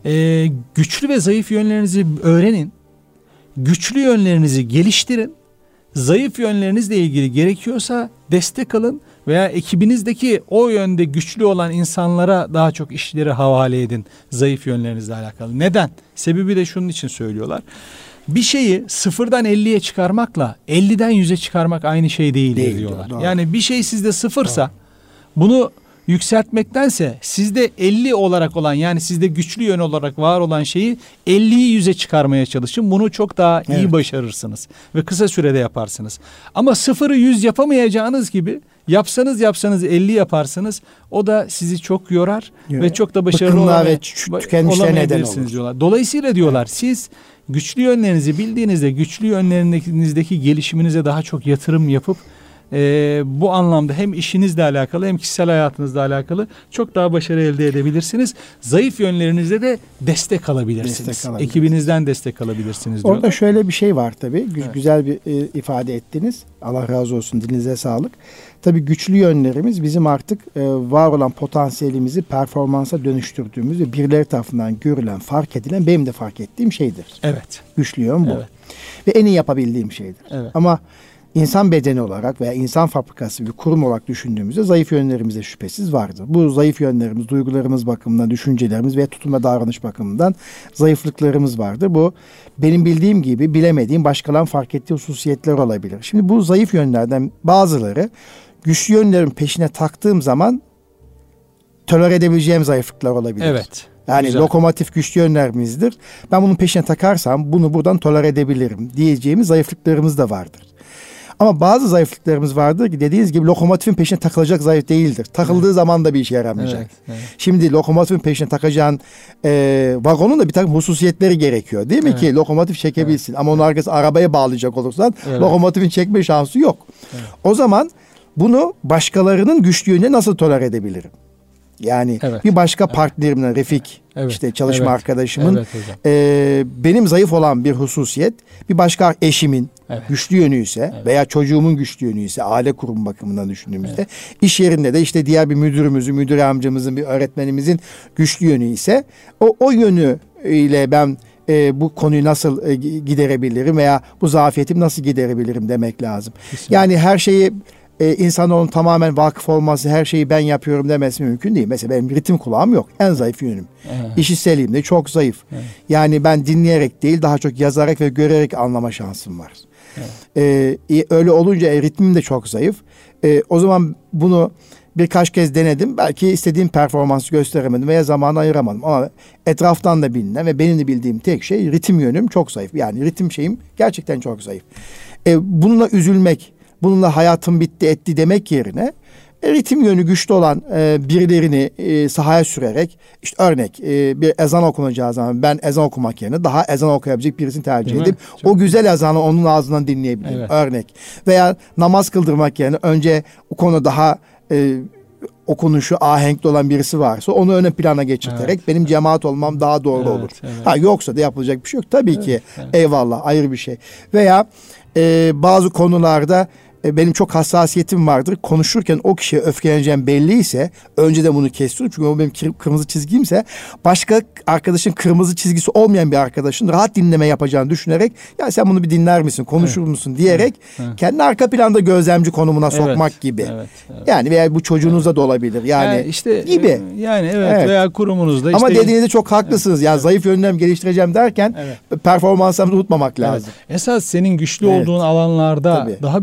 güçlü ve zayıf yönlerinizi öğrenin. Güçlü yönlerinizi geliştirin. Zayıf yönlerinizle ilgili gerekiyorsa destek alın veya ekibinizdeki o yönde güçlü olan insanlara daha çok işleri havale edin zayıf yönlerinizle alakalı. Neden? Sebebi de şunun için söylüyorlar. Bir şeyi 0'dan 50'ye çıkarmakla 50'den 100'e çıkarmak aynı şey değildir diyorlar. Doğru. Yani bir şey sizde 0'sa bunu yükseltmektense sizde 50 olarak olan, yani sizde güçlü yön olarak var olan şeyi 50'yi 100'e çıkarmaya çalışın. Bunu çok daha iyi başarırsınız ve kısa sürede yaparsınız. Ama 0'ı 100 yapamayacağınız gibi yapsanız 50 yaparsınız. O da sizi çok yorar ve çok da başarılı olamayabilirsiniz diyorlar. Dolayısıyla diyorlar siz güçlü yönlerinizi bildiğinizde güçlü yönlerinizdeki gelişiminize daha çok yatırım yapıp bu anlamda hem işinizle alakalı hem kişisel hayatınızla alakalı çok daha başarı elde edebilirsiniz. Zayıf yönlerinizde de destek alabilirsiniz. Ekibinizden destek alabilirsiniz diyorlar. Orada şöyle bir şey var tabii. Güzel bir ifade ettiniz. Allah razı olsun, dilinize sağlık. Tabii güçlü yönlerimiz bizim artık var olan potansiyelimizi performansa dönüştürdüğümüz ve birileri tarafından görülen, fark edilen, benim de fark ettiğim şeydir. Evet. Güçlü yön bu. Evet. Ve en iyi yapabildiğim şeydir. Evet. Ama İnsan bedeni olarak veya insan fabrikası bir kurum olarak düşündüğümüzde zayıf yönlerimiz de şüphesiz vardır. Bu zayıf yönlerimiz, duygularımız bakımından, düşüncelerimiz ve tutum ve davranış bakımından zayıflıklarımız vardır. Bu benim bildiğim gibi bilemediğim, başkalarının fark ettiği hususiyetler olabilir. Şimdi bu zayıf yönlerden bazıları güçlü yönlerin peşine taktığım zaman tolere edebileceğim zayıflıklar olabilir. Evet. Yani güzel. Lokomotif güçlü yönlerimizdir. Ben bunun peşine takarsam bunu buradan tolere edebilirim diyeceğimiz zayıflıklarımız da vardır. Ama bazı zayıflıklarımız vardır ki dediğiniz gibi lokomotifin peşine takılacak zayıf değildir. Takıldığı zaman da bir işe yaramayacak. Evet. Şimdi lokomotifin peşine takacağın vagonun da bir takım hususiyetleri gerekiyor. Değil mi ki lokomotif çekebilsin. Ama onun arkasına arabaya bağlayacak olursan lokomotifin çekme şansı yok. Evet. O zaman bunu başkalarının güçlü yönüne nasıl tolere edebilirim? Yani bir başka partnerimle Refik, işte çalışma arkadaşımın benim zayıf olan bir hususiyet bir başka eşimin güçlü yönü ise veya çocuğumun güçlü yönü ise aile kurum bakımından düşündüğümüzde iş yerinde de işte diğer bir müdürümüzün, müdür amcamızın, bir öğretmenimizin güçlü yönü ise o yönü ile ben bu konuyu nasıl giderebilirim veya bu zafiyetimi nasıl giderebilirim demek lazım. Kesinlikle. Yani her şeyi insanoğlunun tamamen vakıf olması, her şeyi ben yapıyorum demesi mümkün değil. Mesela benim ritim kulağım yok. En zayıf yönüm. İşitseliğim de çok zayıf. Yani ben dinleyerek değil, daha çok yazarak ve görerek anlama şansım var. Öyle olunca ritmim de çok zayıf. O zaman bunu birkaç kez denedim. Belki istediğim performansı gösteremedim veya zamanı ayıramadım. Ama etraftan da bilinen ve benim de bildiğim tek şey ritim yönüm çok zayıf. Yani ritim şeyim gerçekten çok zayıf. Bununla üzülmek, bununla hayatım bitti etti demek yerine ritim yönü güçlü olan birilerini sahaya sürerek, işte örnek bir ezan okunacağı zaman ben ezan okumak yerine daha ezan okuyabilecek birisini tercih edip o güzel ezanı onun ağzından dinleyebilirim. Örnek. Veya namaz kıldırmak yerine önce o konu daha okunuşu ahenkli olan birisi varsa onu ön plana geçirterek benim cemaat olmam daha doğru olur. Yoksa da yapılacak bir şey yok. Tabii ki eyvallah, ayrı bir şey. Veya bazı konularda benim çok hassasiyetim vardır. Konuşurken o kişiye öfkeleneceğim belliyse önceden bunu kestiririm. Çünkü o benim kırmızı çizgimse başka arkadaşın kırmızı çizgisi olmayan bir arkadaşın rahat dinleme yapacağını düşünerek ya sen bunu bir dinler misin, konuşur musun diyerek kendi arka planda gözlemci konumuna sokmak gibi. Yani veya bu çocuğunuzda da olabilir. Yani işte gibi. Yani veya kurumunuzda. Ama dediğinizde çok haklısınız. Yani zayıf yönlerimi geliştireceğim derken performanslarımızı unutmamak lazım. Esas senin güçlü olduğun alanlarda daha büyük katkı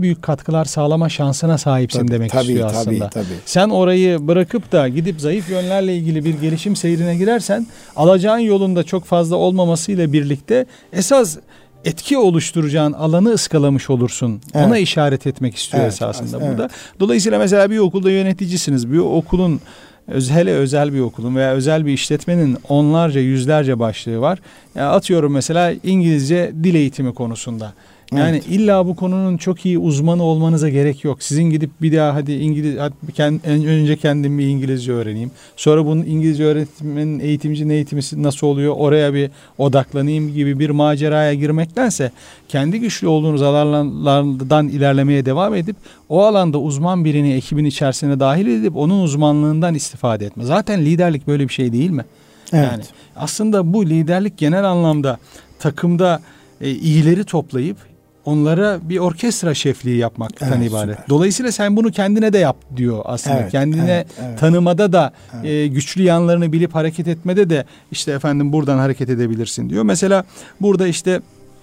katkılar sağlama şansına sahipsin demek istiyor aslında. Tabii. Sen orayı bırakıp da gidip zayıf yönlerle ilgili bir gelişim seyrine girersen alacağın yolunda çok fazla olmamasıyla birlikte esas etki oluşturacağın alanı ıskalamış olursun. Evet. Ona işaret etmek istiyor esasında burada. Evet. Dolayısıyla mesela bir okulda yöneticisiniz. Bir okulun hele özel bir okulun veya özel bir işletmenin onlarca yüzlerce başlığı var. Yani atıyorum mesela İngilizce dil eğitimi konusunda. Yani illa bu konunun çok iyi uzmanı olmanıza gerek yok. Sizin gidip bir daha önce kendim bir İngilizce öğreneyim. Sonra bunun İngilizce öğretmenin eğitimci nasıl oluyor? Oraya bir odaklanayım gibi bir maceraya girmektense kendi güçlü olduğunuz alanlardan ilerlemeye devam edip o alanda uzman birini ekibin içerisine dahil edip onun uzmanlığından istifade etme. Zaten liderlik böyle bir şey değil mi? Evet. Yani aslında bu liderlik genel anlamda takımda iyileri toplayıp onlara bir orkestra şefliği yapmaktan ibaret. Süper. Dolayısıyla sen bunu kendine de yap diyor aslında. Evet, kendine tanımada da güçlü yanlarını bilip hareket etmede de işte efendim buradan hareket edebilirsin diyor. Mesela burada işte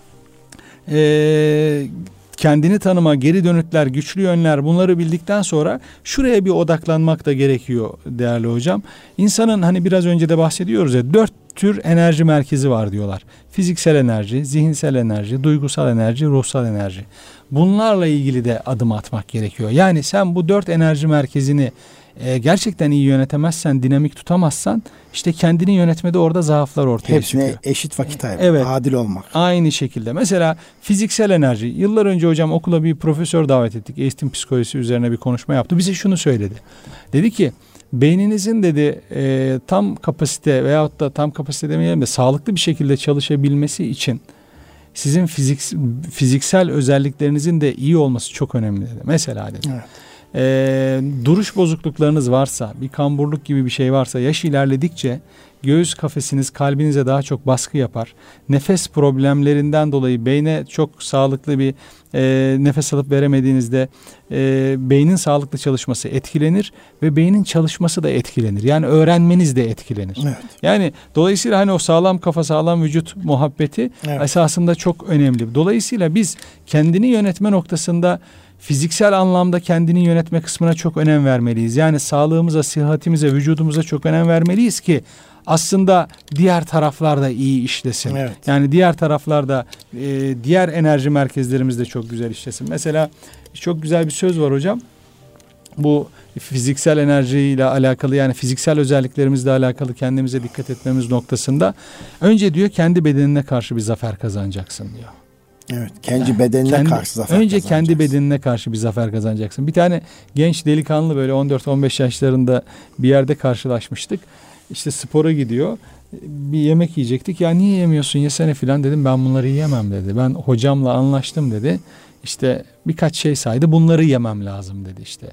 kendini tanıma, geri dönütler, güçlü yönler bunları bildikten sonra şuraya bir odaklanmak da gerekiyor değerli hocam. İnsanın hani biraz önce de bahsediyoruz ya 4 tür enerji merkezi var diyorlar. Fiziksel enerji, zihinsel enerji, duygusal enerji, ruhsal enerji. Bunlarla ilgili de adım atmak gerekiyor. Yani sen bu 4 enerji merkezini gerçekten iyi yönetemezsen, dinamik tutamazsan işte kendini yönetmede orada zaaflar ortaya çıkıyor. Hepsine eşit vakit ayırmak, adil olmak. Aynı şekilde. Mesela fiziksel enerji. Yıllar önce hocam okula bir profesör davet ettik. Eğitim psikolojisi üzerine bir konuşma yaptı. Bize şunu söyledi. Dedi ki beyninizin dedi tam kapasite veyahut da tam kapasite demeyelim de sağlıklı bir şekilde çalışabilmesi için sizin fiziksel özelliklerinizin de iyi olması çok önemli dedi. Mesela dedi. Evet. Duruş bozukluklarınız varsa, bir kamburluk gibi bir şey varsa yaş ilerledikçe göğüs kafesiniz kalbinize daha çok baskı yapar. Nefes problemlerinden dolayı beyne çok sağlıklı bir nefes alıp veremediğinizde beynin sağlıklı çalışması etkilenir ve beynin çalışması da etkilenir. Yani öğrenmeniz de etkilenir. Evet. Yani dolayısıyla hani o sağlam kafa sağlam vücut muhabbeti esasında çok önemli. Dolayısıyla biz kendini yönetme noktasında fiziksel anlamda kendini yönetme kısmına çok önem vermeliyiz. Yani sağlığımıza, sıhhatimize, vücudumuza çok önem vermeliyiz ki aslında diğer taraflarda iyi işlesin. Evet. Yani diğer taraflarda diğer enerji merkezlerimiz de çok güzel işlesin. Mesela çok güzel bir söz var hocam. Bu fiziksel enerjiyle alakalı yani fiziksel özelliklerimizle alakalı kendimize dikkat etmemiz noktasında önce diyor kendi bedenine karşı bir zafer kazanacaksın diyor. Evet, kendi bedenine karşı zafer önce kendi bedenine karşı bir zafer kazanacaksın. Bir tane genç delikanlı böyle 14-15 yaşlarında bir yerde karşılaşmıştık. İşte spora gidiyor. Bir yemek yiyecektik. Ya niye yemiyorsun? Yesene filan dedim. Ben bunları yiyemem dedi. Ben hocamla anlaştım dedi. İşte birkaç şey saydı. Bunları yemem lazım dedi işte.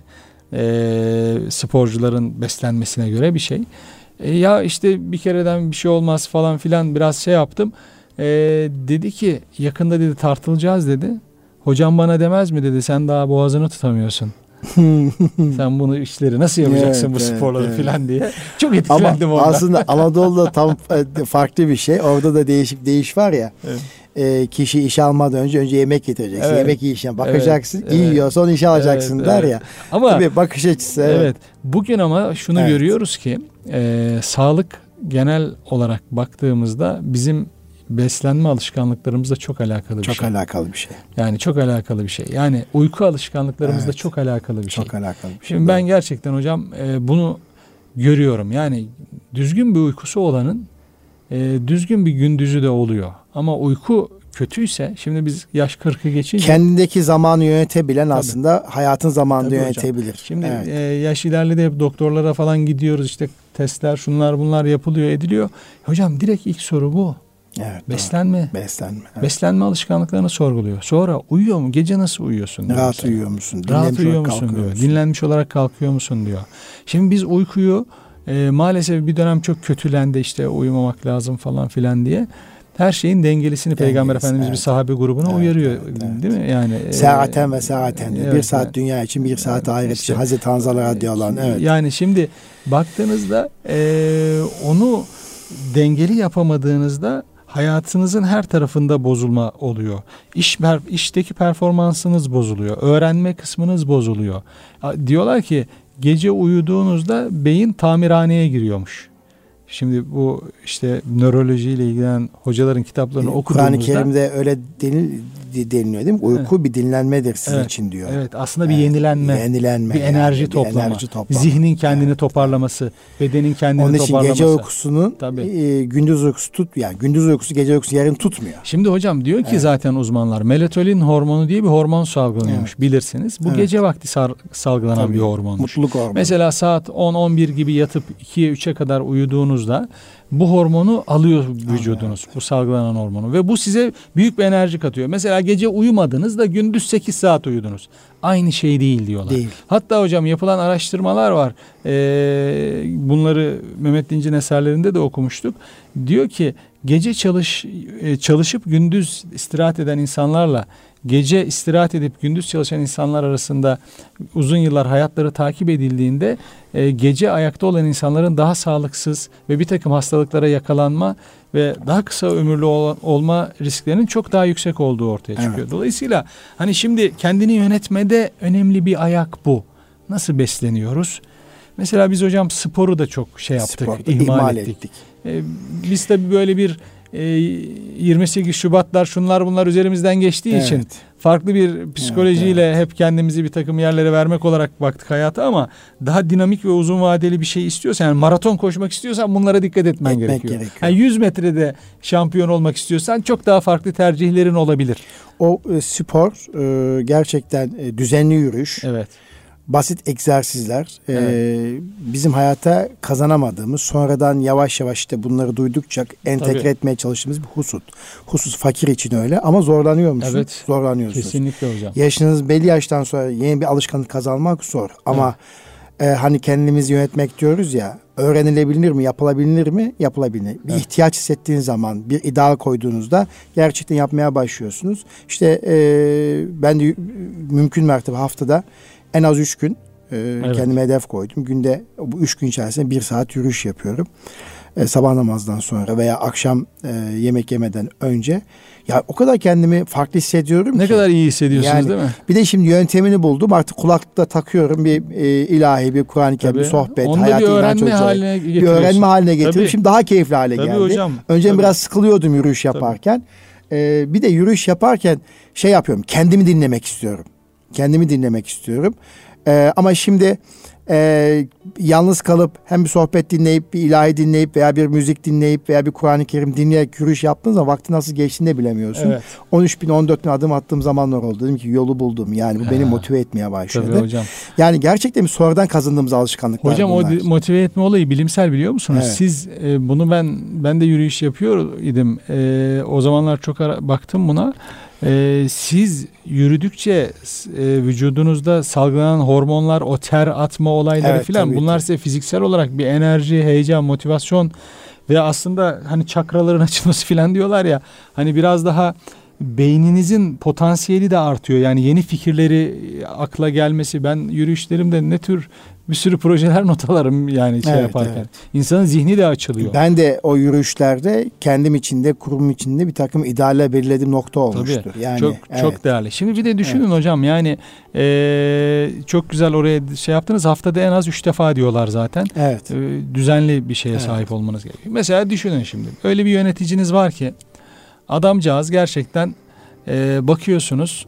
Sporcuların beslenmesine göre bir şey. Ya işte bir kereden bir şey olmaz falan filan biraz şey yaptım. Dedi ki yakında dedi tartılacağız dedi. Hocam bana demez mi dedi sen daha boğazını tutamıyorsun. Sen bunu işleri nasıl yapacaksın bu sporları filan diye. Çok etkilendim ama ondan. Aslında Anadolu'da tam farklı bir şey. Orada da değiş var ya. Evet. Kişi işe almadan önce yemek getireceksin. Evet. Yemek yiyişine bakacaksın. Evet. İyi yiyorsa onu işe alacaksın der ya. Ama tabii bakış açısı. Evet. Bugün ama şunu görüyoruz ki sağlık genel olarak baktığımızda bizim beslenme alışkanlıklarımızla çok alakalı bir şey. Çok alakalı bir şey. Yani çok alakalı bir şey. Yani uyku alışkanlıklarımızla çok alakalı bir şey. Çok alakalı bir şey. Şimdi ben gerçekten hocam bunu görüyorum. Yani düzgün bir uykusu olanın düzgün bir gündüzü de oluyor. Ama uyku kötüyse şimdi biz yaş 40'ı geçince kendindeki zamanı yönetebilen aslında hayatın zamanını yönetebilir. Hocam. Şimdi yaş ilerledi hep doktorlara falan gidiyoruz işte testler şunlar bunlar yapılıyor ediliyor. Hocam direkt ilk soru bu. Evet, beslenme. Evet. Beslenme alışkanlıklarını sorguluyor. Sonra uyuyor mu? Gece nasıl uyuyorsun? Rahat uyuyor musun? Rahat uyuyor musun diyor. Dinlenmiş olarak kalkıyor musun diyor. Şimdi biz uykuyu maalesef bir dönem çok kötülendi işte uyumamak lazım falan filan diye. Her şeyin dengelisini Peygamber Efendimiz bir sahabe grubuna uyarıyor. Değil mi? Yani saaten ve saaten diyor. Bir saat dünya için bir saat ahiret için. Hazreti Hanzala radıyallahu anh. Evet. Yani şimdi baktığınızda onu dengeli yapamadığınızda hayatınızın her tarafında bozulma oluyor. İşteki performansınız bozuluyor. Öğrenme kısmınız bozuluyor. Diyorlar ki gece uyuduğunuzda beyin tamirhaneye giriyormuş. Şimdi bu işte nörolojiyle ilgilenen hocaların kitaplarını okuduğumuzda Kur'an-ı Kerim'de öyle deniliyor değil mi? Uyku bir dinlenmedir sizin için diyor. Evet, aslında bir yenilenme, bir enerji toplama, zihnin kendini toparlaması, bedenin kendini toparlaması. Onun için gece uykusunun gündüz uykusu gündüz uykusu gece uykusu yerini tutmuyor. Şimdi hocam diyor ki zaten uzmanlar melatonin hormonu diye bir hormon salgılanıyormuş, bilirsiniz. Bu gece vakti salgılanan bir hormonmuş. Mutluluk hormonu. Mesela saat 10-11 gibi yatıp 2'ye 3'e kadar uyuduğunuzda bu hormonu alıyor vücudunuz. Bu salgılanan hormonu. Ve bu size büyük bir enerji katıyor. Mesela gece uyumadınız da gündüz 8 saat uyudunuz. Aynı şey değil diyorlar. Değil. Hatta hocam yapılan araştırmalar var. Bunları Mehmet Dinç'in eserlerinde de okumuştuk. Diyor ki gece çalışıp gündüz istirahat eden insanlarla gece istirahat edip gündüz çalışan insanlar arasında uzun yıllar hayatları takip edildiğinde gece ayakta olan insanların daha sağlıksız ve bir takım hastalıklara yakalanma ve daha kısa ömürlü olma risklerinin çok daha yüksek olduğu ortaya çıkıyor. Evet. Dolayısıyla hani şimdi kendini yönetmede önemli bir ayak bu. Nasıl besleniyoruz? Mesela biz hocam sporu da çok yaptık, ihmal ettik. Biz tabii böyle bir 28 Şubatlar şunlar bunlar üzerimizden geçtiği için farklı bir psikolojiyle hep kendimizi bir takım yerlere vermek olarak baktık hayata, ama daha dinamik ve uzun vadeli bir şey istiyorsan, yani maraton koşmak istiyorsan bunlara dikkat etmen gerekiyor. Yani 100 metrede şampiyon olmak istiyorsan çok daha farklı tercihlerin olabilir. O spor gerçekten düzenli yürüyüş. Evet. Basit egzersizler, bizim hayata kazanamadığımız, sonradan yavaş yavaş işte bunları duydukça entegre etmeye çalıştığımız bir husus. Fakir için öyle ama zorlanıyor musun? Evet. Zorlanıyorsunuz. Kesinlikle hocam. Yaşınız belli yaştan sonra yeni bir alışkanlık kazanmak zor ama hani kendimizi yönetmek diyoruz ya, öğrenilebilir mi, yapılabilir mi? Yapılabilir. Bir ihtiyaç hissettiğiniz zaman, bir ideal koyduğunuzda gerçekten yapmaya başlıyorsunuz. İşte ben de mümkün mertebe haftada en az 3 gün kendime hedef koydum. Günde bu 3 gün içerisinde 1 saat yürüyüş yapıyorum. Sabah namazdan sonra veya akşam yemek yemeden önce. Ya o kadar kendimi farklı hissediyorum Ne kadar iyi hissediyorsunuz yani, değil mi? Bir de şimdi yöntemini buldum. Artık kulaklıkta takıyorum bir ilahi, bir Kur'an-ı Kerim, bir sohbet. Onu da bir öğrenme haline getiriyorsun. Bir öğrenme haline getirdim. Şimdi daha keyifli hale geldi. Hocam. Önce biraz sıkılıyordum yürüyüş yaparken. Bir de yürüyüş yaparken yapıyorum. Kendimi dinlemek istiyorum. Ama şimdi yalnız kalıp hem bir sohbet dinleyip, bir ilahi dinleyip veya bir müzik dinleyip veya bir Kur'an-ı Kerim dinleyerek yürüyüş yaptığın zaman vakti nasıl geçtiğini de bilemiyorsun. Evet. 13.000, 14.000 adım attığım zamanlar oldu. Dedim ki yolu buldum. Yani bu beni motive etmeye başladı. Tabii hocam. Yani gerçekten sonradan kazandığımız alışkanlıklar hocam bunlar. O motive etme olayı bilimsel, biliyor musunuz? Evet. Siz bunu ben de yürüyüş yapıyor idim. O zamanlar çok baktım buna. Siz yürüdükçe vücudunuzda salgılanan hormonlar, o ter atma olayları filan, bunlar size fiziksel olarak bir enerji, heyecan, motivasyon ve aslında hani çakraların açılması filan diyorlar ya, hani biraz daha beyninizin potansiyeli de artıyor. Yani yeni fikirleri akla gelmesi. Ben yürüyüşlerimde ne tür bir sürü projeler not alırım yani yaparken. Evet. İnsanın zihni de açılıyor. Ben de o yürüyüşlerde kendim içinde, kurum içinde bir takım idealler belirlediğim nokta olmuştur. Tabii. Yani çok değerli. Şimdi bir de düşünün hocam, yani çok güzel oraya yaptınız. Haftada en az 3 defa diyorlar zaten. Evet. Düzenli bir şeye sahip olmanız gerekiyor. Mesela düşünün şimdi. Öyle bir yöneticiniz var ki adamcağız gerçekten bakıyorsunuz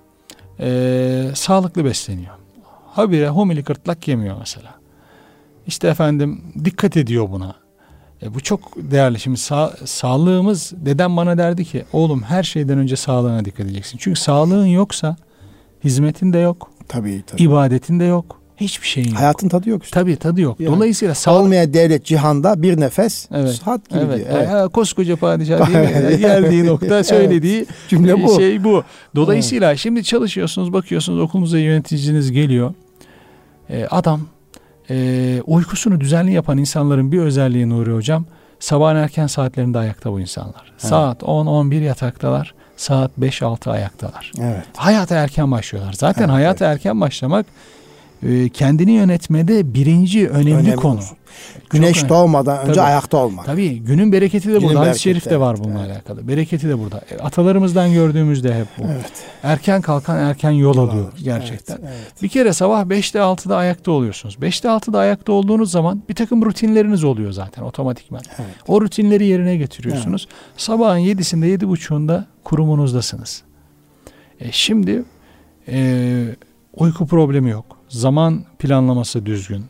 sağlıklı besleniyor. Habire homili gırtlak yemiyor mesela. İşte efendim dikkat ediyor buna. Bu çok değerli. Şimdi sağlığımız, dedem bana derdi ki oğlum her şeyden önce sağlığına dikkat edeceksin. Çünkü sağlığın yoksa hizmetin de yok. Tabii. İbadetin de yok. Hiçbir şeyin yok. Hayatın tadı yok işte. Tabii tadı yok. Yani, dolayısıyla olmayan devlet cihanda bir nefes saat gibi diyor. Evet. Koskoca padişah değil mi? Geldiği nokta söylediği cümle bu. Şey bu. Dolayısıyla şimdi çalışıyorsunuz, bakıyorsunuz okulunuza yöneticiniz geliyor. Adam uykusunu düzenli yapan insanların bir özelliği Nuri hocam, sabahın erken saatlerinde ayakta bu insanlar. Evet. Saat 10-11 yataktalar. Saat 5-6 ayaktalar. Evet. Hayata erken başlıyorlar. Zaten hayata erken başlamak kendini yönetmede birinci önemli konu. Güneş doğmadan önce ayakta olmak. Tabii günün bereketi de burada. Hadis-i şerif de var bununla alakalı. Bereketi de burada. Atalarımızdan gördüğümüzde hep bu. Evet. Erken kalkan erken yol alıyor gerçekten. Bir kere sabah 5'te 6'da ayakta oluyorsunuz. 5'te 6'da ayakta olduğunuz zaman bir takım rutinleriniz oluyor zaten otomatikman. Evet. O rutinleri yerine getiriyorsunuz. Evet. Sabahın 7'sinde 7.30'unda kurumunuzdasınız. Şimdi uyku problemi yok. Zaman planlaması düzgün.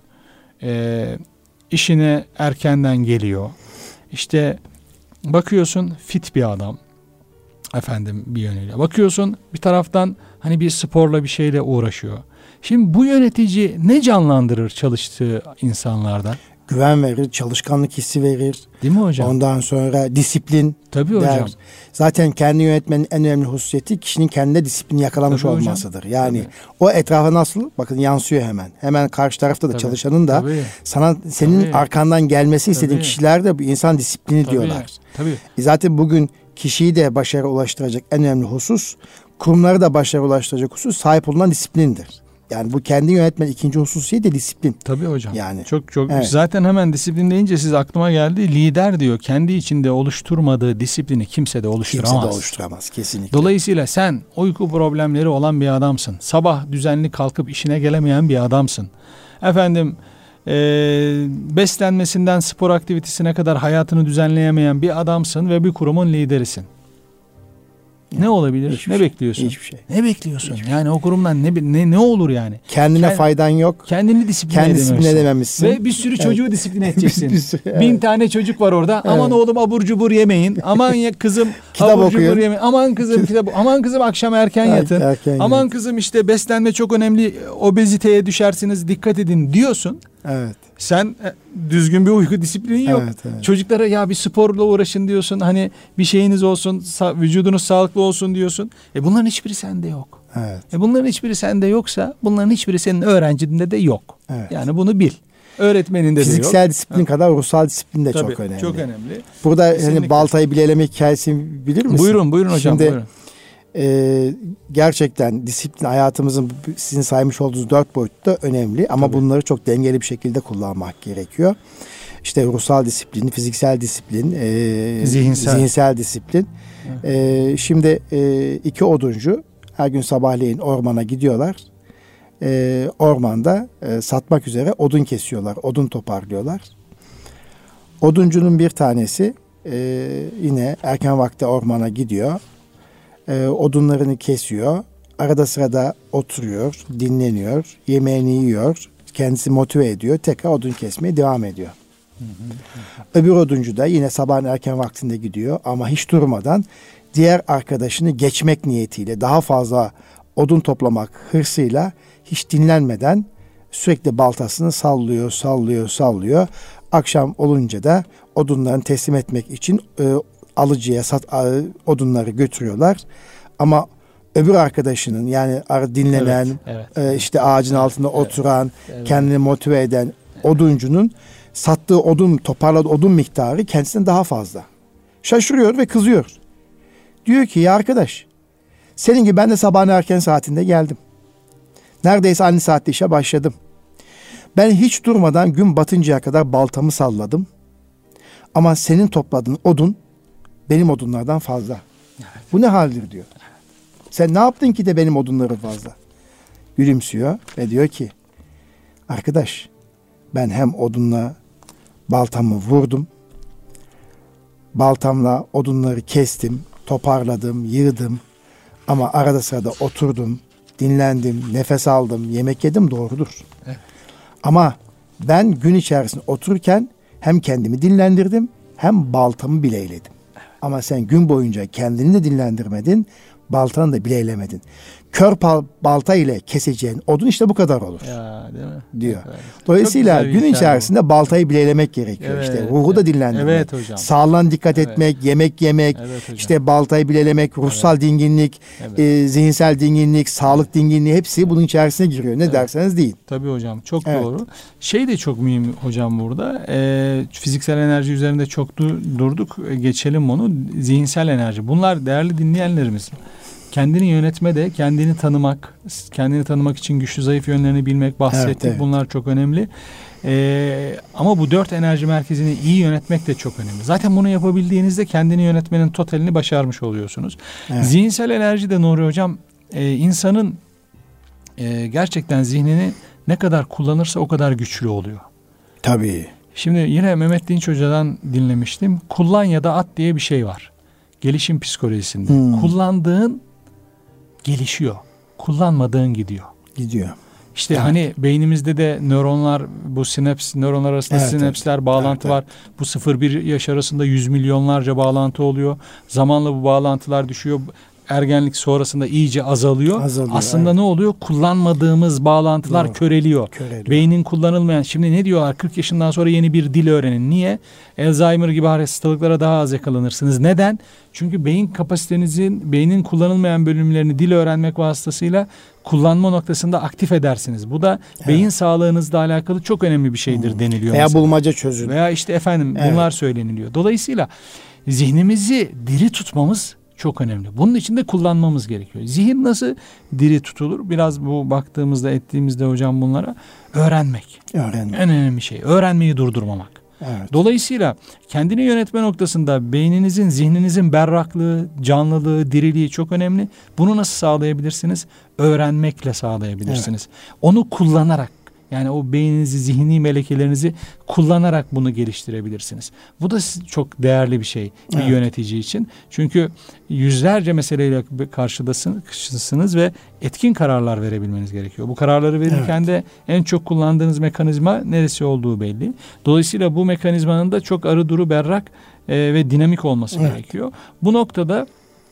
İşine erkenden geliyor. İşte bakıyorsun fit bir adam. Efendim bir yönüyle. Bakıyorsun bir taraftan hani bir sporla bir şeyle uğraşıyor. Şimdi bu yönetici ne canlandırır çalıştığı insanlardan? Güven verir, çalışkanlık hissi verir. Değil mi hocam? Ondan sonra disiplin. Tabii hocam. Zaten kendi yönetmenin en önemli hususiyeti kişinin kendine disiplini yakalamış olmasıdır. Yani o etrafa nasıl? Bakın yansıyor hemen. Hemen karşı tarafta da çalışanın da senin arkandan gelmesi istediğin kişiler de bu insan disiplini diyorlar. Tabii. Zaten bugün kişiyi de başarı ulaştıracak en önemli husus, kurumları da başarı ulaştıracak husus sahip olunan disiplindir. Yani bu kendi yönetmen ikinci hususiyet de disiplin. Tabii hocam. Yani çok zaten hemen disiplin deyince siz aklıma geldi. Lider diyor kendi içinde oluşturmadığı disiplini kimse de oluşturamaz. Kimse de oluşturamaz kesinlikle. Dolayısıyla sen uyku problemleri olan bir adamsın. Sabah düzenli kalkıp işine gelemeyen bir adamsın. Efendim beslenmesinden spor aktivitesine kadar hayatını düzenleyemeyen bir adamsın ve bir kurumun liderisin. Ne olabilir? Ne bekliyorsun? Hiçbir şey. Ne bekliyorsun? Yani o kurumdan ne olur yani? Kendine faydan yok. Kendini disipline edememişsin. Ve bir sürü çocuğu disipline edeceksin. 1000 tane çocuk var orada. Aman oğlum abur cubur yemeyin. Aman ya kızım abur cubur yemeyin. Aman kızım aman kızım akşam erken yatın. Aman kızım işte beslenme çok önemli. Obeziteye düşersiniz. Dikkat edin diyorsun. Evet. Sen düzgün bir uyku disiplini yok. Evet. Çocuklara ya bir sporla uğraşın diyorsun. Hani bir şeyiniz olsun, vücudunuz sağlıklı olsun diyorsun. Bunların hiçbiri sende yok. Evet. Bunların hiçbiri sende yoksa bunların hiçbiri senin öğrencinde de yok. Evet. Yani bunu bil. Öğretmeninde de yok. Fiziksel disiplin kadar ruhsal disiplin de çok önemli. Çok önemli. Burada hani baltayı bilelemek hikayesini bilir misin? Buyurun hocam. Şimdi, buyurun. Gerçekten disiplin hayatımızın sizin saymış olduğunuz 4 boyutta önemli ama bunları çok dengeli bir şekilde kullanmak gerekiyor. İşte ruhsal disiplin, fiziksel disiplin, zihinsel disiplin. Şimdi 2 oduncu her gün sabahleyin ormana gidiyorlar. Ormanda satmak üzere odun kesiyorlar, odun toparlıyorlar. Oduncunun bir tanesi yine erken vakti ormana gidiyor. Odunlarını kesiyor. Arada sırada oturuyor, dinleniyor, yemeğini yiyor, kendisi motive ediyor. Tekrar odun kesmeye devam ediyor. Öbür oduncu da yine sabahın erken vaktinde gidiyor ama hiç durmadan diğer arkadaşını geçmek niyetiyle daha fazla odun toplamak hırsıyla hiç dinlenmeden sürekli baltasını sallıyor. Akşam olunca da odunlarını teslim etmek için alıcıya odunları götürüyorlar. Ama öbür arkadaşının yani dinlenen, işte ağacın altında oturan, kendini motive eden oduncunun sattığı odun, toparladığı odun miktarı kendisinden daha fazla. Şaşırıyor ve kızıyor. Diyor ki ya arkadaş, senin gibi ben de sabahın erken saatinde geldim. Neredeyse aynı saatte işe başladım. Ben hiç durmadan gün batıncaya kadar baltamı salladım. Ama senin topladığın odun benim odunlardan fazla. Evet. Bu ne haldir diyor. Sen ne yaptın ki de benim odunlarım fazla? Gülümsüyor ve diyor ki arkadaş ben hem odunla baltamı vurdum. Baltamla odunları kestim, toparladım, yığdım. Ama arada sırada oturdum, dinlendim, nefes aldım, yemek yedim doğrudur. Evet. Ama ben gün içerisinde otururken hem kendimi dinlendirdim hem baltamı bileyledim. Ama sen gün boyunca kendini de dinlendirmedin, baltanı da bileylemedin. Kör balta ile keseceğin odun işte bu kadar olur. Ya, değil mi? Diyor. Dolayısıyla gün içerisinde baltayı bileylemek gerekiyor. Evet, işte ruhu da dinlendirmek. Evet hocam. Sağlığına dikkat etmek, yemek yemek, işte baltayı bilelemek, ruhsal dinginlik, zihinsel dinginlik, sağlık dinginliği hepsi bunun içerisine giriyor. Ne derseniz deyin. Tabii hocam. Çok doğru. Şey de çok mühim hocam burada. Fiziksel enerji üzerinde çok durduk. Geçelim onu. Zihinsel enerji. Bunlar değerli dinleyenlerimiz. kendini yönetme de kendini tanımak, kendini tanımak için güçlü zayıf yönlerini bilmek, bahsettik. Evet. Bunlar çok önemli. Ama bu 4 enerji merkezini iyi yönetmek de çok önemli. Zaten bunu yapabildiğinizde kendini yönetmenin totalini başarmış oluyorsunuz. Evet. Zihinsel enerji de Nuri Hocam insanın gerçekten zihnini ne kadar kullanırsa o kadar güçlü oluyor. Tabii. Şimdi yine Mehmet Dinç Hoca'dan dinlemiştim. Kullan ya da at diye bir şey var. Gelişim psikolojisinde. Kullandığın gelişiyor. Kullanmadığın gidiyor. İşte evet. Hani beynimizde de nöronlar, bu nöronlar arasında sinapsler bağlantı var. Bu 0-1 yaş arasında 100 milyonlarca bağlantı oluyor. Zamanla bu bağlantılar düşüyor. Ergenlik sonrasında iyice azalıyor. Aslında ne oluyor? Kullanmadığımız bağlantılar köreliyor. Beynin kullanılmayan. Şimdi ne diyorlar? 40 yaşından sonra yeni bir dil öğrenin. Niye? Alzheimer gibi hastalıklara daha az yakalanırsınız. Neden? Çünkü beyin kapasitenizin, beynin kullanılmayan bölümlerini dil öğrenmek vasıtasıyla kullanma noktasında aktif edersiniz. Bu da beyin sağlığınızla alakalı çok önemli bir şeydir deniliyor. Veya mesela bulmaca çözün. Veya işte efendim bunlar söyleniliyor. Dolayısıyla zihnimizi diri tutmamız çok önemli. Bunun için de kullanmamız gerekiyor. Zihin nasıl diri tutulur? Biraz bu baktığımızda, ettiğimizde hocam bunlara öğrenmek. En önemli şey. Öğrenmeyi durdurmamak. Evet. Dolayısıyla kendini yönetme noktasında beyninizin, zihninizin berraklığı, canlılığı, diriliği çok önemli. Bunu nasıl sağlayabilirsiniz? Öğrenmekle sağlayabilirsiniz. Evet. Onu kullanarak. Yani o beyninizi, zihni melekelerinizi kullanarak bunu geliştirebilirsiniz. Bu da çok değerli bir şey bir yönetici için. Çünkü yüzlerce meseleyle karşıdasınız ve etkin kararlar verebilmeniz gerekiyor. Bu kararları verirken de en çok kullandığınız mekanizma neresi olduğu belli. Dolayısıyla bu mekanizmanın da çok arı duru, berrak ve dinamik olması gerekiyor. Bu noktada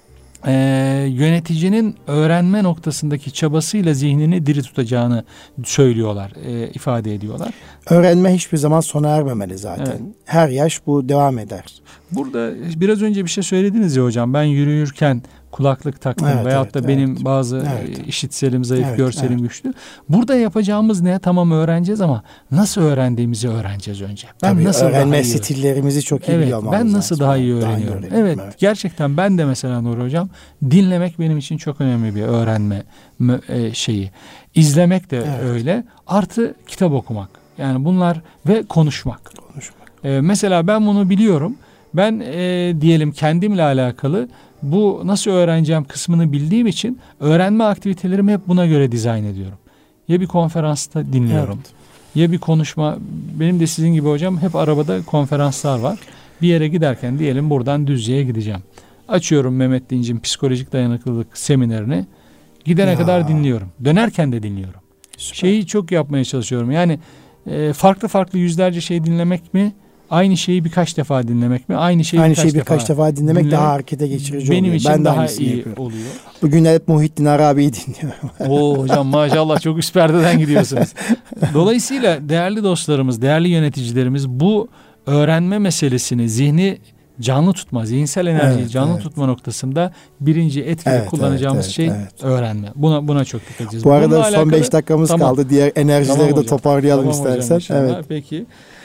yöneticinin öğrenme noktasındaki çabasıyla zihnini diri tutacağını söylüyorlar, ifade ediyorlar. Öğrenme hiçbir zaman sona ermemeli zaten. Evet. Her yaş bu devam eder. Burada biraz önce bir şey söylediniz ya hocam. Ben yürürken kulaklık taktım veyahut da benim bazı işitselim zayıf, görselim güçlü. Burada yapacağımız ne? Tamam öğreneceğiz ama nasıl öğrendiğimizi öğreneceğiz önce. Ben nasıl öğrenme stillerimizi çok iyi biliyorum. Ben nasıl daha iyi öğreniyorum. Evet, gerçekten ben de mesela Nuri Hocam dinlemek benim için çok önemli bir öğrenme şeyi. İzlemek de öyle. Artı kitap okumak. Yani bunlar ve konuşmak. Mesela ben bunu biliyorum. Ben diyelim kendimle alakalı bu nasıl öğreneceğim kısmını bildiğim için öğrenme aktivitelerimi hep buna göre dizayn ediyorum. Ya bir konferansta dinliyorum. Ya bir konuşma. Benim de sizin gibi hocam hep arabada konferanslar var. Bir yere giderken diyelim buradan Düzce'ye gideceğim. Açıyorum Mehmet Dinç'in psikolojik dayanıklılık seminerini. Gidene kadar dinliyorum. Dönerken de dinliyorum. Süper. Şeyi çok yapmaya çalışıyorum. Yani farklı yüzlerce şey dinlemek mi? Aynı şeyi birkaç defa dinlemek mi? Aynı şeyi birkaç defa dinlemek daha harekete geçirici oluyor. Benim için ben daha iyi oluyor. Bugün hep Muhittin Arabi'yi dinliyorum. Oo hocam maşallah çok üst perdeden gidiyorsunuz. Dolayısıyla değerli dostlarımız, değerli yöneticilerimiz bu öğrenme meselesini, zihni canlı tutma, zihinsel enerjiyi canlı tutma noktasında birinci etkili kullanacağımız şey öğrenme. Buna çok dikkat edeceğiz. Bu arada son 5 dakikamız kaldı. Diğer enerjileri de toparlayalım istersen. Hocam, peki.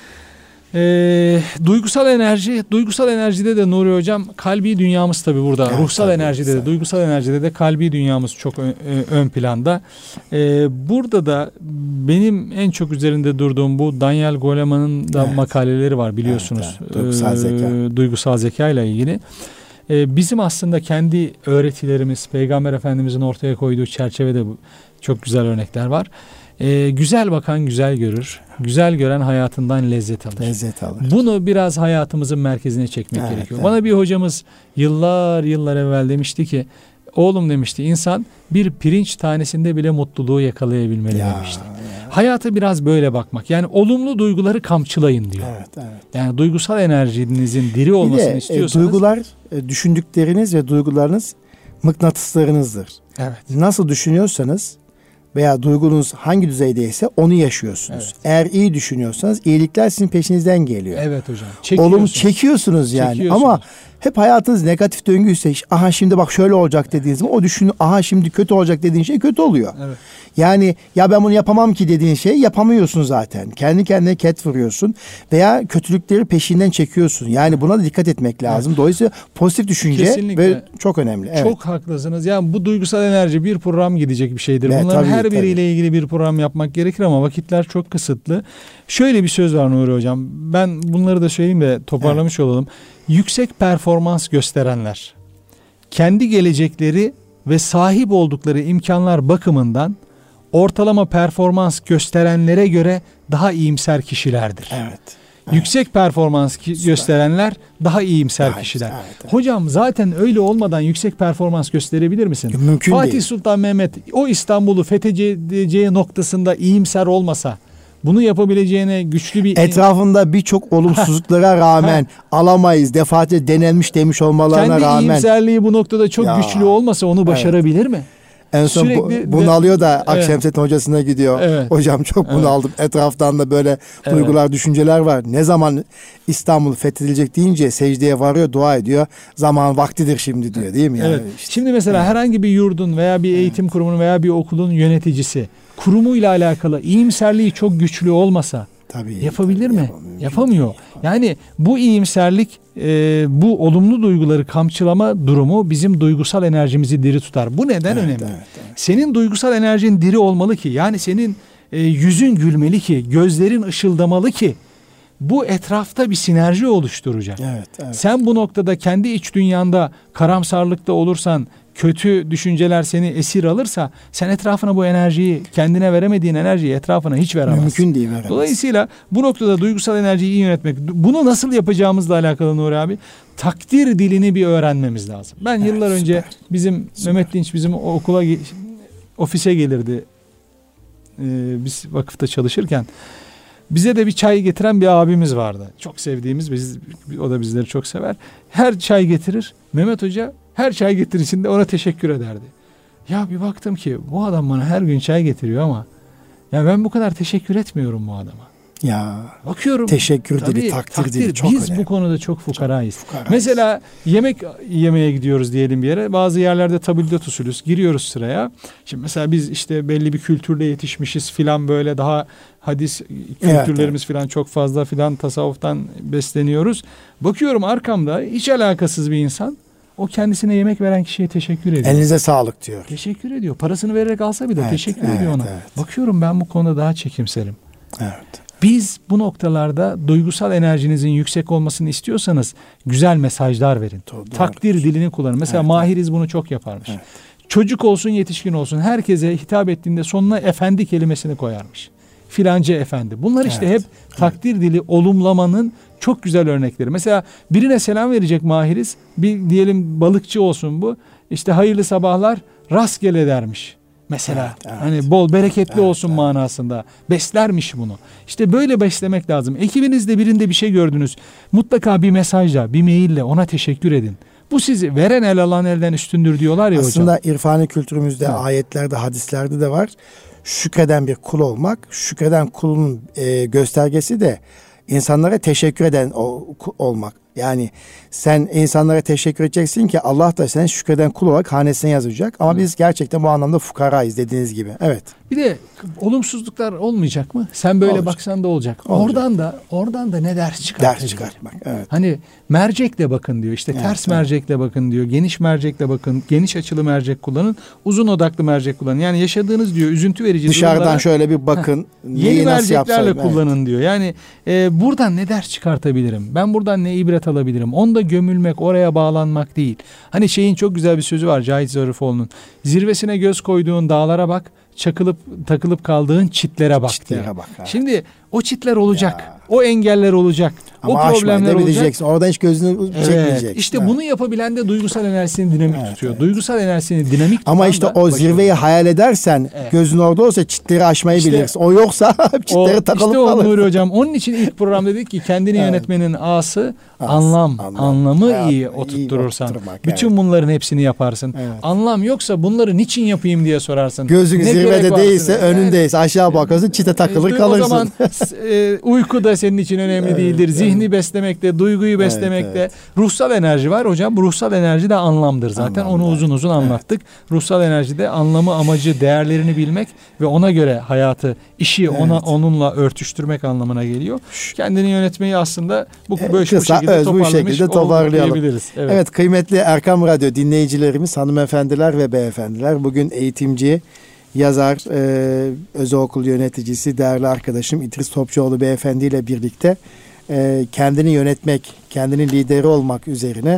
Duygusal enerjide de Nuri Hocam kalbi dünyamız tabii burada. Ruhsal enerjide de, duygusal enerjide de kalbi dünyamız çok ön planda. Burada da benim en çok üzerinde durduğum bu Daniel Goleman'ın da makaleleri var biliyorsunuz. Duygusal zeka ile ilgili. Bizim aslında kendi öğretilerimiz, Peygamber Efendimizin ortaya koyduğu çerçevede çok güzel örnekler var. Güzel bakan güzel görür. Güzel gören hayatından lezzet alır. Bunu biraz hayatımızın merkezine çekmek gerekiyor. Bana bir hocamız yıllar evvel demişti ki, oğlum demişti, insan bir pirinç tanesinde bile mutluluğu yakalayabilmeli demişti. Hayata biraz böyle bakmak. Yani olumlu duyguları kamçılayın diyor. Yani duygusal enerjinizin diri olmasını istiyorsanız. Duygular düşündükleriniz ve duygularınız mıknatıslarınızdır. Nasıl düşünüyorsanız veya duygunuz hangi düzeydeyse onu yaşıyorsunuz. Evet. Eğer iyi düşünüyorsanız iyilikler sizin peşinizden geliyor. Evet hocam. Olumlu çekiyorsunuz yani. Çekiyorsunuz. Ama hep hayatınız negatif döngüyse, aha şimdi bak şöyle olacak dediğiniz zaman o düşün, aha şimdi kötü olacak dediğin şey kötü oluyor. Evet. Yani ya ben bunu yapamam ki dediğin şeyi yapamıyorsun zaten. Kendi kendine ket vuruyorsun veya kötülükleri peşinden çekiyorsun. Yani buna da dikkat etmek lazım. Evet. Dolayısıyla pozitif düşünce Kesinlikle. ve çok önemli. Evet. Çok haklısınız. Yani bu duygusal enerji bir program gidecek bir şeydir. Evet, Bunların tabii, her biriyle ilgili bir program yapmak gerekir ama vakitler çok kısıtlı. Şöyle bir söz var Nuri Hocam. Ben bunları da söyleyeyim de toparlamış olalım. Yüksek performans gösterenler kendi gelecekleri ve sahip oldukları imkanlar bakımından ortalama performans gösterenlere göre daha iyimser kişilerdir. Evet. Yüksek performans gösterenler daha iyimser Evet, kişiler. evet. Hocam zaten öyle olmadan yüksek performans gösterebilir misin? Mümkün Fatih değil. Sultan Mehmet o İstanbul'u fethedeceği noktasında iyimser olmasa bunu yapabileceğine güçlü bir... Etrafında birçok olumsuzluklara rağmen alamayız, defaatçe denenmiş demiş olmalarına kendi rağmen. iyimserliği bu noktada çok Ya, güçlü olmasa onu başarabilir mi? En son Sürekli bunalıyor da Akşemseddin hocasına gidiyor. Evet. Hocam çok bunaldım. Etraftan da böyle duygular, düşünceler var. Ne zaman İstanbul fethedilecek deyince secdeye varıyor, dua ediyor. Zaman vaktidir şimdi diyor, değil mi? Yani Evet. işte. Şimdi mesela herhangi bir yurdun veya bir eğitim kurumunun veya bir okulun yöneticisi kurumuyla alakalı iyimserliği çok güçlü olmasa Tabii, yapabilir mi? yapamıyor. Yapamıyor. Yani bu iyimserlik, bu olumlu duyguları kamçılama durumu bizim duygusal enerjimizi diri tutar. Bu neden önemli? Evet. Senin duygusal enerjin diri olmalı ki, yani senin yüzün gülmeli ki, gözlerin ışıldamalı ki bu etrafta bir sinerji oluşturacak. Evet. Sen bu noktada kendi iç dünyanda karamsarlıkta olursan, kötü düşünceler seni esir alırsa sen etrafına bu enerjiyi, kendine veremediğin enerjiyi etrafına hiç veremezsin. Mümkün değil, veremez. Dolayısıyla bu noktada duygusal enerjiyi iyi yönetmek, bunu nasıl yapacağımızla alakalı Nuri abi, takdir dilini bir öğrenmemiz lazım. Ben yıllar önce bizim Mehmet Dinç bizim okula, ofise gelirdi. Biz vakıfta çalışırken bize de bir çay getiren bir abimiz vardı. Çok sevdiğimiz, o da bizleri çok sever. Her çay getirir. Mehmet Hoca her çay getirişinde ona teşekkür ederdi. Ya bir baktım ki bu adam bana her gün çay getiriyor ama ya ben bu kadar teşekkür etmiyorum bu adama. Ya Bakıyorum. teşekkür dili, takdir dili çok biz önemli. bu konuda çok fukarayız. Fukarayız. Mesela yemek yemeye gidiyoruz diyelim bir yere. Bazı yerlerde tabildot usulüz. Giriyoruz sıraya. Şimdi mesela biz işte belli bir kültürle yetişmişiz filan, böyle daha hadis kültürlerimiz filan çok fazla filan, tasavvuftan besleniyoruz. Bakıyorum arkamda hiç alakasız bir insan. O kendisine yemek veren kişiye teşekkür ediyor. Elinize sağlık diyor. Teşekkür ediyor. Parasını vererek alsa bile teşekkür ediyor ona. Evet. Bakıyorum ben bu konuda daha çekimserim. Evet. Biz bu noktalarda duygusal enerjinizin yüksek olmasını istiyorsanız güzel mesajlar verin. Doğru. Takdir dilini kullanın. Mesela Mahiriz bunu çok yaparmış. Evet. Çocuk olsun yetişkin olsun herkese hitap ettiğinde sonuna efendi kelimesini koyarmış. Filanca efendi. Bunlar işte hep takdir dili, olumlamanın çok güzel örnekleri. Mesela birine selam verecek Mahiriz. Bir diyelim balıkçı olsun bu. İşte hayırlı sabahlar, rastgele dermiş. Mesela hani bol bereketli olsun manasında beslermiş bunu. İşte böyle beslemek lazım. Ekibinizde birinde bir şey gördünüz. Mutlaka bir mesajla, bir maille ona teşekkür edin. Bu sizi veren el alan elden üstündür diyorlar ya Aslında hocam. irfani kültürümüzde, ayetlerde, hadislerde de var. Şükreden bir kul olmak, şükreden kulun göstergesi de insanlara teşekkür eden olmak. Yani sen insanlara teşekkür edeceksin ki Allah da sen şükreden kul olarak hanesine yazacak. Ama biz gerçekten bu anlamda fukarayız dediğiniz gibi. Evet. Bir de olumsuzluklar olmayacak mı? Sen böyle Olacak. baksan da olacak. Olacak. Oradan da ne ders çıkartacak? Ders çıkartmak. Evet. Hani mercekle bakın diyor. İşte ters mercekle bakın diyor. Geniş mercekle bakın. Geniş açılı mercek kullanın. Uzun odaklı mercek kullanın. Yani yaşadığınız diyor üzüntü verici Dışarıdan durumlara şöyle bir bakın. yeni merceklerle kullanın Evet. diyor. Yani buradan ne ders çıkartabilirim? Ben buradan ne ibret alabilirim? Onda gömülmek, oraya bağlanmak değil. Hani şeyin çok güzel bir sözü var Cahit Zarifoğlu'nun. Zirvesine göz koyduğun dağlara bak, takılıp kaldığın çitlere bak. Çitlere bak, evet. Şimdi O çitler olacak. Ya. O engeller olacak. Ama o problemler olacak. Oradan hiç gözünü çekmeyeceksin. İşte bunu yapabilen de duygusal enerjisini dinamik tutuyor. Duygusal enerjisini dinamik tutan ama işte o zirveyi hayal edersen gözün orada olsa çitleri aşmayı bilirsin. O yoksa çitleri takılıp kalır. İşte o Nuri Hocam. Onun için ilk program dedik ki kendini yönetmenin A'sı anlamı iyi oturtturursan. Bütün bunların hepsini yaparsın. Evet. Anlam yoksa bunları niçin yapayım diye sorarsın. Gözün zirvede değilse, önündeyse aşağı bakıyorsun, çite takılır kalırsın. O zaman uyku da senin için önemli değildir. Zihni beslemekte, duyguyu beslemekte. Ruhsal enerji var hocam. Ruhsal enerji de anlamdır zaten. Onu uzun uzun anlattık. Ruhsal enerji de anlamı, amacı, değerlerini bilmek ve ona göre hayatı, işi onunla örtüştürmek anlamına geliyor. Kendini yönetmeyi aslında bu şekilde toparlayalım. Evet, kıymetli Erkam Radyo dinleyicilerimiz, hanımefendiler ve beyefendiler, bugün eğitimci, yazar, özel okul yöneticisi, değerli arkadaşım İdris Topçuoğlu beyefendi ile birlikte kendini yönetmek, kendinin lideri olmak üzerine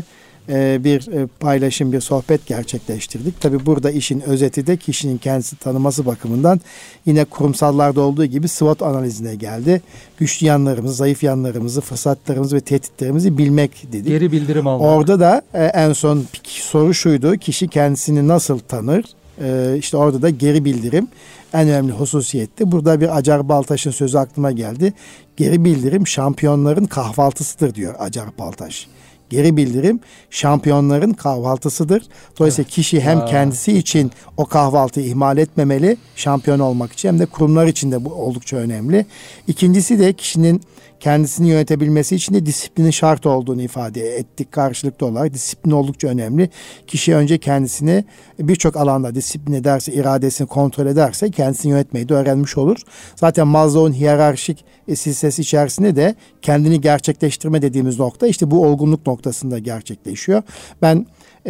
bir paylaşım, bir sohbet gerçekleştirdik. Tabii burada işin özeti de kişinin kendisini tanıması bakımından yine kurumsallarda olduğu gibi SWOT analizine geldi. Güçlü yanlarımızı, zayıf yanlarımızı, fırsatlarımızı ve tehditlerimizi bilmek dedik. Geri bildirim almak. Orada da en son soru şuydu: kişi kendisini nasıl tanır? İşte orada da geri bildirim en önemli hususiyetti. Burada bir Acar Baltaş'ın sözü aklıma geldi. Geri bildirim şampiyonların kahvaltısıdır diyor Acar Baltaş. Geri bildirim şampiyonların kahvaltısıdır. Dolayısıyla kişi hem kendisi için o kahvaltıyı ihmal etmemeli, şampiyon olmak için, hem de kurumlar için de bu oldukça önemli. İkincisi de kişinin kendisini yönetebilmesi için de disiplinin şart olduğunu ifade ettik karşılıklı olarak. Disiplin oldukça önemli. Kişi önce kendisini birçok alanda disiplin ederse, iradesini kontrol ederse kendisini yönetmeyi de öğrenmiş olur. Zaten Maslow'un hiyerarşik silsilesi içerisinde de kendini gerçekleştirme dediğimiz nokta işte bu olgunluk noktasında gerçekleşiyor. Ben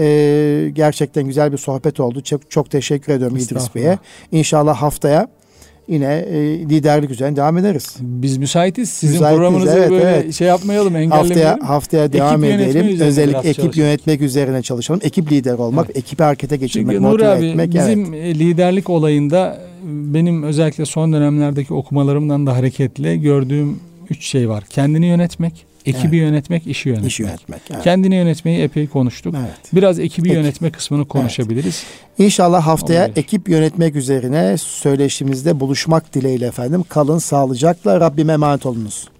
gerçekten güzel bir sohbet oldu. Çok teşekkür ediyorum İdris Bey'e. İnşallah haftaya yine liderlik üzerine devam ederiz. Biz müsaitiz. Sizin programınızı şey yapmayalım, engellemeyelim. Haftaya devam edelim. Özellikle ekip yönetmek üzerine çalışalım. Ekip lideri olmak, ekibi harekete geçirmek, motive etmek. Bizim liderlik olayında benim özellikle son dönemlerdeki okumalarımdan da hareketle gördüğüm 3 şey var. Kendini yönetmek, ekibi yönetmek, işi yönetmek. Kendini yönetmeyi epey konuştuk. Biraz ekibi yönetme kısmını konuşabiliriz. İnşallah haftaya ekip yönetmek üzerine söyleşimizde buluşmak dileğiyle efendim. Kalın sağlıcakla. Rabbime emanet olunuz.